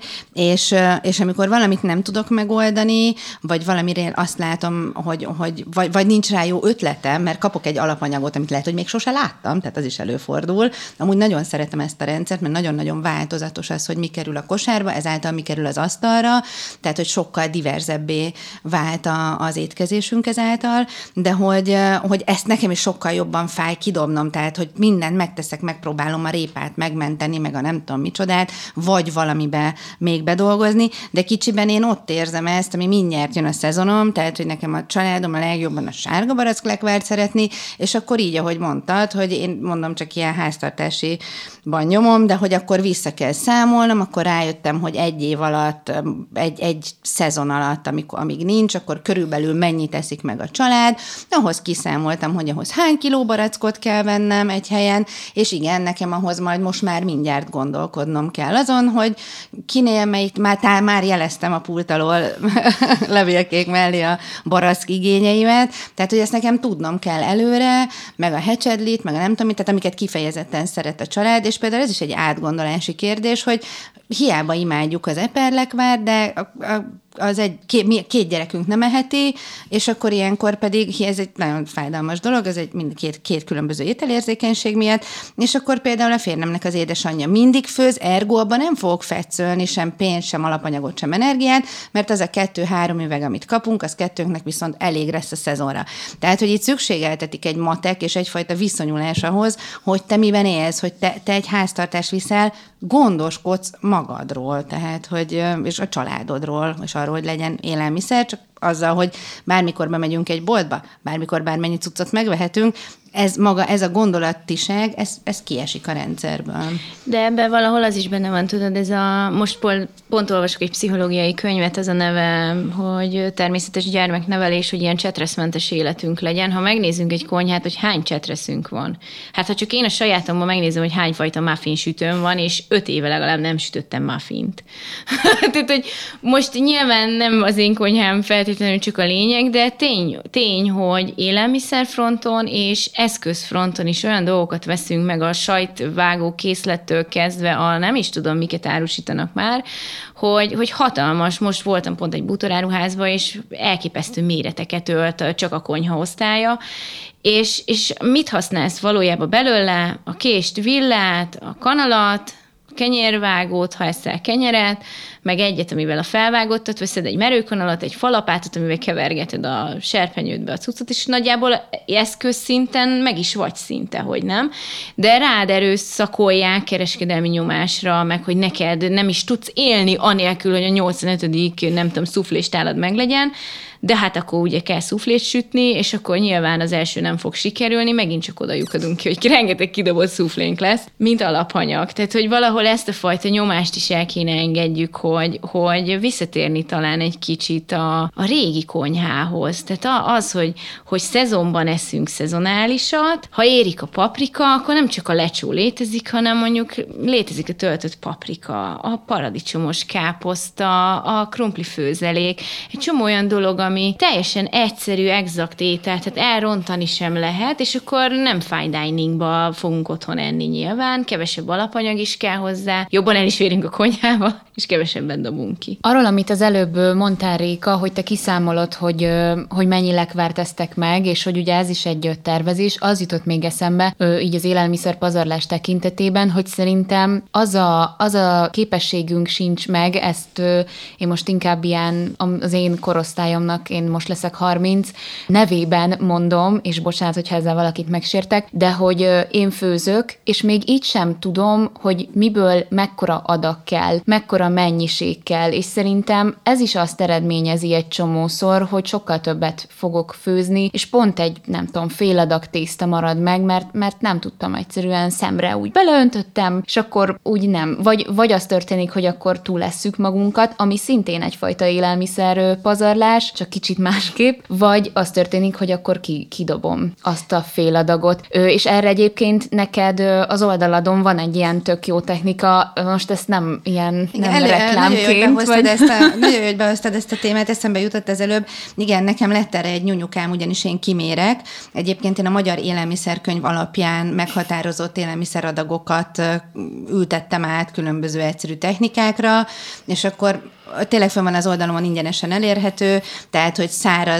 és amikor valamit nem tudok megoldani, vagy valamire azt látom, hogy vagy nincs rá jó ötletem, mert kapok egy alapanyagot, amit lehet, hogy még sose láttam, tehát az is előfordul. Amúgy nagyon szeretem ezt a rendszert, mert nagyon-nagyon változatos az, hogy mi kerül a kosárba, ezáltal mi kerül az asztalra, tehát hogy sokkal diverzebbé vált az étkezésünk ezáltal, de hogy ezt nekem is sokkal jobban fáj kidobnom, tehát hogy mindent megteszek, megpróbálom a répát megmenteni, meg a nem tudom micsodát, vagy valamibe még bedolgozni, de kicsiben én ott érzem ezt, ami mindjárt jön a szezonom, tehát hogy nekem a családom a legjobban a sárga barackklekvárt szeretni, és akkor így, ahogy mondtad, hogy én mondom csak ilyen háztartásiban nyomom, de hogy akkor vissza kell számolnom, akkor rájöttem, hogy egy év alatt, egy szezon alatt, amíg nincs, akkor körülbelül mennyit teszik meg a család, ahhoz kiszámoltam, hogy ahhoz hány kiló barackot kell vennem egy helyen, és igen, nekem ahhoz majd most már mindjárt gondolkodnom kell azon, hogy kinél melyik, már jeleztem a pult alól levélkék mellé a barack igényeimet, tehát hogy ezt nekem tudnom kell előre, meg a hecsedlit, meg a nem tudom, tehát amiket kifejezetten szeret a család, és például ez is egy átgondolási kérdés, hogy hiába imádjuk az eperlekvárt, de az két gyerekünk nem eheti, és akkor ilyenkor pedig, ez egy nagyon fájdalmas dolog, ez egy két különböző ételérzékenység miatt, és akkor például a férjemnek az édesanyja mindig főz, ergo abban nem fogok fetszölni sem pénzt, sem alapanyagot, sem energiát, mert az a 2-3 üveg, amit kapunk, az kettőnknek viszont elég lesz a szezonra. Tehát, hogy itt szükségeltetik egy matek és egyfajta viszonyulás ahhoz, hogy te miben élsz, hogy te egy háztartást viszel, gondoskodsz magadról, tehát, hogy, és a családodról, és arról, hogy legyen élelmiszer, csak azzal, hogy bármikor bemegyünk egy boltba, bármikor bármennyi cuccot megvehetünk, ez a gondolatiság, ez kiesik a rendszerből. De ebben valahol az is benne van, tudod, most pont olvasok egy pszichológiai könyvet, az a neve, hogy természetes gyermeknevelés, hogy ilyen csetreszmentes életünk legyen. Ha megnézzünk egy konyhát, hogy hány csetreszünk van. Hát ha csak én a sajátomban megnézem, hogy hány fajta muffin sütőm van, és 5 éve legalább nem sütöttem muffint. Tehát, hogy most nyilván nem az én konyhám feltétlenül csak a lényeg, de tény, hogy élelmiszerfronton és eszközfronton is olyan dolgokat veszünk meg a sajtvágó készlettől kezdve, nem is tudom, miket árusítanak már, hogy hatalmas. Most voltam pont egy bútoráruházba, és elképesztő méreteket ölt csak a konyhaosztálya, és mit használsz valójában belőle? A kést, villát, a kanalat, kenyérvágót, ha eszel kenyeret, meg egyet, amivel a felvágottat, veszed egy merőkanalat, egy falapátot, amivel kevergeted a serpenyődbe a cuccot, és nagyjából eszközszinten meg is vagy szinte, hogy nem. De rád erőszakolják kereskedelmi nyomásra, meg hogy neked nem is tudsz élni anélkül, hogy a 85. nem tudom, szufléstállad meglegyen, de hát akkor ugye kell szuflét sütni, és akkor nyilván az első nem fog sikerülni, megint csak oda lyukadunk ki, hogy rengeteg kidobott szuflénk lesz, mint alaphanyag. Tehát, hogy valahol ezt a fajta nyomást is el kéne engedjük, hogy visszatérni talán egy kicsit a régi konyhához. Tehát az, hogy szezonban eszünk szezonálisat, ha érik a paprika, akkor nem csak a lecsó létezik, hanem mondjuk létezik a töltött paprika, a paradicsomos káposzta, a krumplifőzelék, egy csomó olyan dolog, ami teljesen egyszerű, exakt étel, tehát elrontani sem lehet, és akkor nem fine diningba fogunk otthon enni nyilván, kevesebb alapanyag is kell hozzá, jobban el is érünk a konyhába, és kevesebben dobunk ki. Arról, amit az előbb mondtál, Réka, hogy te kiszámolod, hogy mennyi lekvárt tesztek meg, és hogy ugye ez is egy tervezés, az jutott még eszembe, így az élelmiszer pazarlás tekintetében, hogy szerintem az a képességünk sincs meg, ezt én most inkább ilyen az én korosztályomnak, én most leszek 30, nevében mondom, és bocsánat, hogyha ezzel valakit megsértek, de hogy én főzök, és még így sem tudom, hogy miből mekkora adag kell, mekkora mennyiség kell, és szerintem ez is azt eredményezi egy csomószor, hogy sokkal többet fogok főzni, és pont egy, nem tudom, fél adag tészta marad meg, mert nem tudtam egyszerűen szemre úgy beleöntöttem, és akkor úgy nem. Vagy az történik, hogy akkor túlesszük magunkat, ami szintén egyfajta élelmiszer pazarlás, csak kicsit másképp, vagy az történik, hogy akkor kidobom azt a fél adagot. És erre egyébként neked az oldaladon van egy ilyen tök jó technika, most ezt nem ilyen reklámként. Nagyon jó, hogy behoztad ezt a témát, eszembe jutott ez előbb. Igen, nekem lett erre egy nyunyukám, ugyanis én kimérek. Egyébként én a Magyar Élelmiszerkönyv alapján meghatározott élelmiszeradagokat ültettem át különböző egyszerű technikákra, és akkor tényleg fel van az oldalon ingyenesen elérhető, tehát, hogy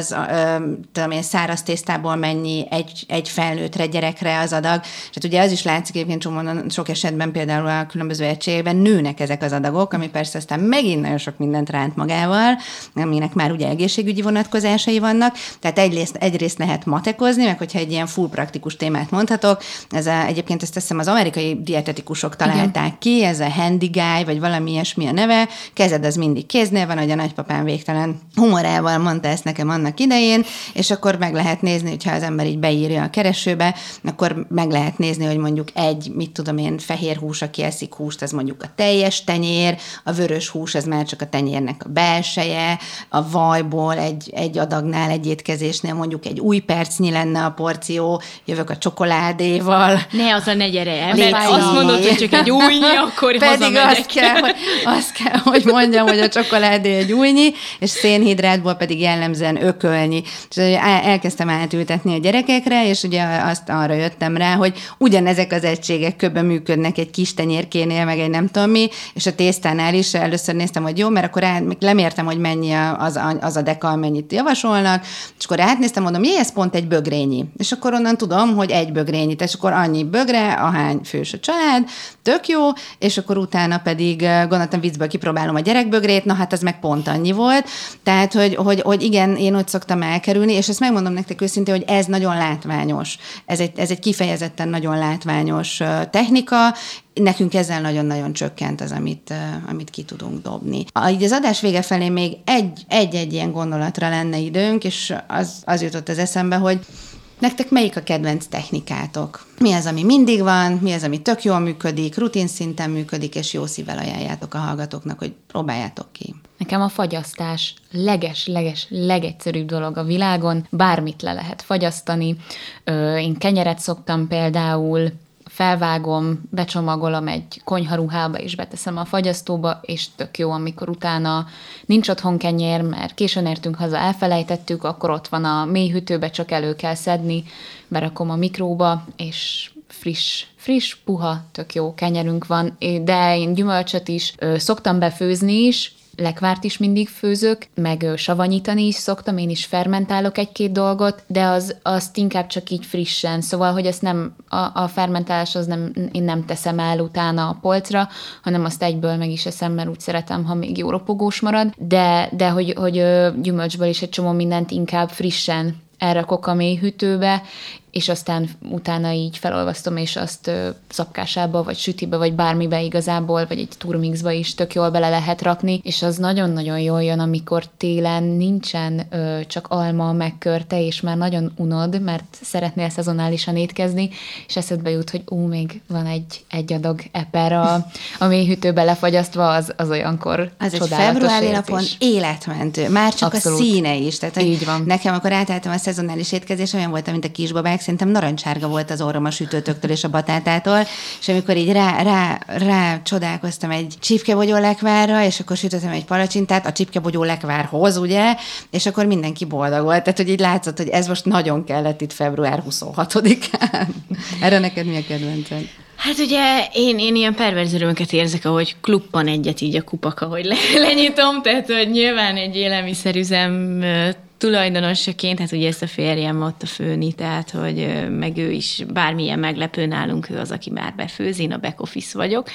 száraz tésztából mennyi egy felnőttre, gyerekre az adag. És hát ugye az is látszik egyébként sok esetben például a különböző egységekben nőnek ezek az adagok, ami persze aztán megint nagyon sok mindent ránt magával, aminek már ugye egészségügyi vonatkozásai vannak. Tehát egyrészt lehet matekozni, meg hogyha egy ilyen full praktikus témát mondhatok, egyébként ezt hiszem az amerikai dietetikusok találták ki, ez a handy guy, vagy valami ilyesmi a neve, kezed az mindig kéznél van, hogy a nagypapám végtelen humorával mondta ezt nekem annak idején, és akkor meg lehet nézni, hogyha az ember így beírja a keresőbe, akkor meg lehet nézni, hogy mondjuk fehér hús, aki eszik húst, az mondjuk a teljes tenyér, a vörös hús, az már csak a tenyérnek a belseje, a vajból egy adagnál, egy étkezésnél mondjuk egy új percnyi lenne a porció, jövök a csokoládéval. Ne gyere el, mert azt mondod, hogy csak egy újnyi, akkor pedig azt kell, hogy mondjam, hogy a csokoládé egy újnyi, és szénhidrátból pedig jellemzően ökölnyi. És elkezdtem átültetni a gyerekekre, és ugye azt arra jöttem rá, hogy ugyanezek az egységek köbben működnek egy kis tenyérkénél, meg egy nem tudom mi, és a tésztánál is először néztem, hogy jó, mert akkor lemértem, hogy mennyi az a dekal, mennyit javasolnak, és akkor átnéztem, mondom, ez pont egy bögrényi. És akkor onnan tudom, hogy egy bögrényi, és akkor annyi bögre, ahány fős a család, tök jó, és akkor utána pedig gondoltam, viccből kipróbálom a gyerekbögrét, na hát az meg pont annyi volt. Tehát, hogy igen, én ott szoktam elkerülni, és ezt megmondom nektek őszintén, hogy ez nagyon látványos. Ez egy kifejezetten nagyon látványos technika. Nekünk ezzel nagyon-nagyon csökkent az, amit ki tudunk dobni. Így az adás vége felé még egy ilyen gondolatra lenne időnk, és az jutott az eszembe, hogy Nektek melyik a kedvenc technikátok? Mi az, ami mindig van, mi az, ami tök jól működik, rutin szinten működik, és jó szívvel ajánljátok a hallgatóknak, hogy próbáljátok ki? Nekem a fagyasztás legegyszerűbb dolog a világon, bármit le lehet fagyasztani. Én kenyeret szoktam például, felvágom, becsomagolom egy konyharuhába, és beteszem a fagyasztóba, és tök jó, amikor utána nincs otthon kenyér, mert későn értünk haza, elfelejtettük, akkor ott van a mélyhűtőbe, csak elő kell szedni, berakom a mikróba, és friss, puha, tök jó kenyerünk van, de én gyümölcsöt is szoktam befőzni is, lekvárt is mindig főzök, meg savanyítani is szoktam, én is fermentálok egy-két dolgot, de azt inkább csak így frissen, szóval, hogy ezt nem, a fermentálás az nem, én nem teszem el utána a polcra, hanem azt egyből meg is eszem, mert úgy szeretem, ha még jó ropogós marad, de hogy gyümölcsből is egy csomó mindent inkább frissen elrakok a mélyhűtőbe, és aztán utána így felolvasztom, és azt szapkásába, vagy sütibe, vagy bármibe igazából, vagy egy turmixba is tök jól bele lehet rakni, és az nagyon-nagyon jól jön, amikor télen nincsen csak alma, meg körte, és már nagyon unod, mert szeretnél szezonálisan étkezni, és eszedbe jut, hogy még van egy adag eper a mélyhűtőbe lefagyasztva, az olyankor az csodálatos egy februári érzés. napon életmentő, már csak abszolút. A színe is. Tehát, így van. Nekem, akkor átálltam a szezonális étkezés, olyan voltam, mint a kisbabák, szerintem narancsárga volt az orrom a sütőtöktől és a batátától, és amikor így rá csodálkoztam egy csipkebogyó lekvárra, és akkor sütöttem egy palacsintát a csipkebogyó lekvárhoz, ugye, és akkor mindenki boldog volt. Tehát, hogy így látszott, hogy ez most nagyon kellett itt február 26-án. Erre neked mi a kedvenced? Hát ugye én ilyen perverz örömöket érzek, ahogy kluppan egyet így a kupak, ahogy lenyitom, tehát hogy nyilván egy élelmiszerüzem tulajdonosaként, hát ugye ezt a férjem ott a főni, tehát hogy meg ő is bármilyen meglepő nálunk, ő az, aki már befőz, én a back office vagyok,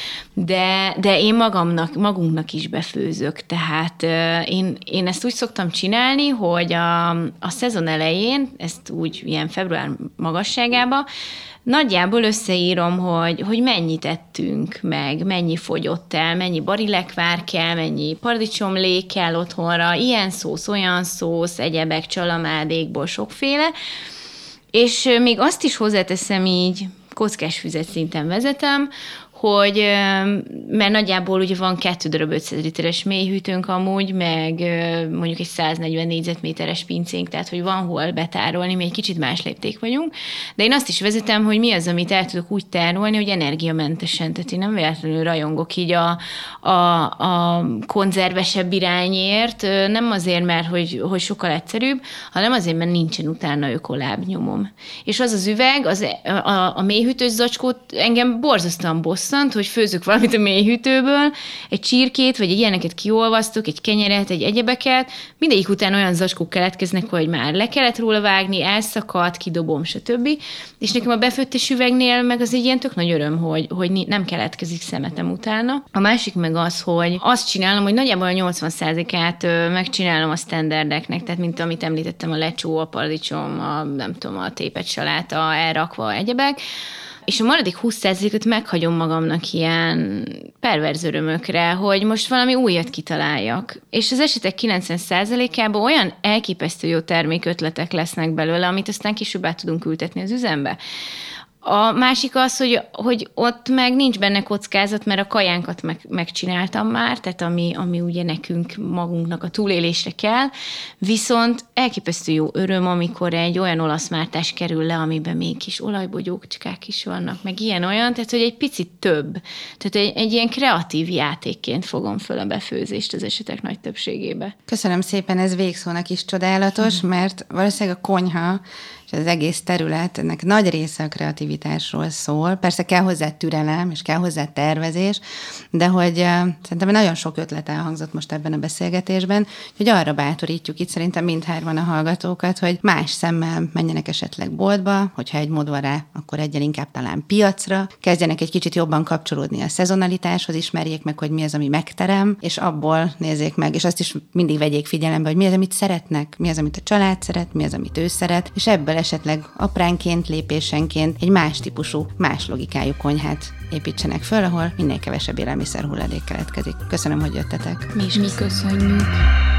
de én magunknak is befőzök, tehát én ezt úgy szoktam csinálni, hogy a szezon elején, ezt úgy ilyen február magasságába, nagyjából összeírom, hogy mennyit ettünk meg, mennyi fogyott el, mennyi barilekvár kell, mennyi paradicsomlé kell otthonra, ilyen szósz, olyan szósz, egyebek, csalamádékból sokféle, és még azt is hozzáteszem így, kockásfüzet szinten vezetem, hogy mert nagyjából ugye van 2 darab 500 literes mélyhűtőnk amúgy, meg mondjuk egy 140 négyzetméteres pincénk, tehát hogy van hol betárolni, mi egy kicsit más lépték vagyunk, de én azt is vezetem, hogy mi az, amit el tudok úgy tárolni, hogy energiamentesen, tehát én nem véletlenül rajongok így a konzervesebb irányért, nem azért, mert hogy sokkal egyszerűbb, hanem azért, mert nincsen utána ökolábnyomom. És az üveg, a mélyhűtős zacskót engem borzasztóan bosszant, hogy főzök valamit a mélyhűtőből, egy csirkét, vagy egy ilyeneket kiolvasztok, egy kenyeret, egy egyebeket, mindegyik után olyan zacskók keletkeznek, hogy már le kellett róla vágni, elszakadt, kidobom, stb. És nekem a befőttes üvegnél meg az egy ilyen tök nagy öröm, hogy nem keletkezik szemetem utána. A másik meg az, hogy azt csinálom, hogy nagyjából a 80%-át megcsinálom a standardeknek, tehát mint amit említettem, a lecsó, a paradicsom, a tépet saláta, elrakva egyebek, és a maradék 20%-ot meghagyom magamnak ilyen perverz örömökre, hogy most valami újat kitaláljak. És az esetek 90%-ában olyan elképesztő jó termékötletek lesznek belőle, amit aztán később át tudunk ültetni az üzembe. A másik az, hogy ott meg nincs benne kockázat, mert a kajánkat megcsináltam már, tehát ami ugye nekünk magunknak a túlélésre kell, viszont elképesztő jó öröm, amikor egy olyan olasz mártás kerül le, amiben még kis olajbogyócskák is vannak, meg ilyen-olyan, tehát hogy egy picit több. Tehát egy ilyen kreatív játékként fogom föl a befőzést az esetek nagy többségébe. Köszönöm szépen, ez végszónak is csodálatos, mert valószínűleg a konyha és az egész terület, ennek nagy része a kreativitásról szól. Persze kell hozzá türelem, és kell hozzá tervezés, de hogy szerintem nagyon sok ötlet elhangzott most ebben a beszélgetésben, hogy arra bátorítjuk itt szerintem mindhárman a hallgatókat, hogy más szemmel menjenek esetleg boltba, hogyha egy mód van rá, akkor egyen inkább talán piacra, kezdjenek egy kicsit jobban kapcsolódni a szezonalitáshoz, ismerjék meg, hogy mi az, ami megterem, és abból nézzék meg, és azt is mindig vegyék figyelembe, hogy mi az, amit szeretnek, mi az, amit a család szeret, mi az, amit ő szeret, és ebből esetleg apránként, lépésenként egy más típusú, más logikájú konyhát építsenek föl, ahol minél kevesebb élelmiszer hulladék keletkezik. Köszönöm, hogy jöttetek. Mi köszönjük.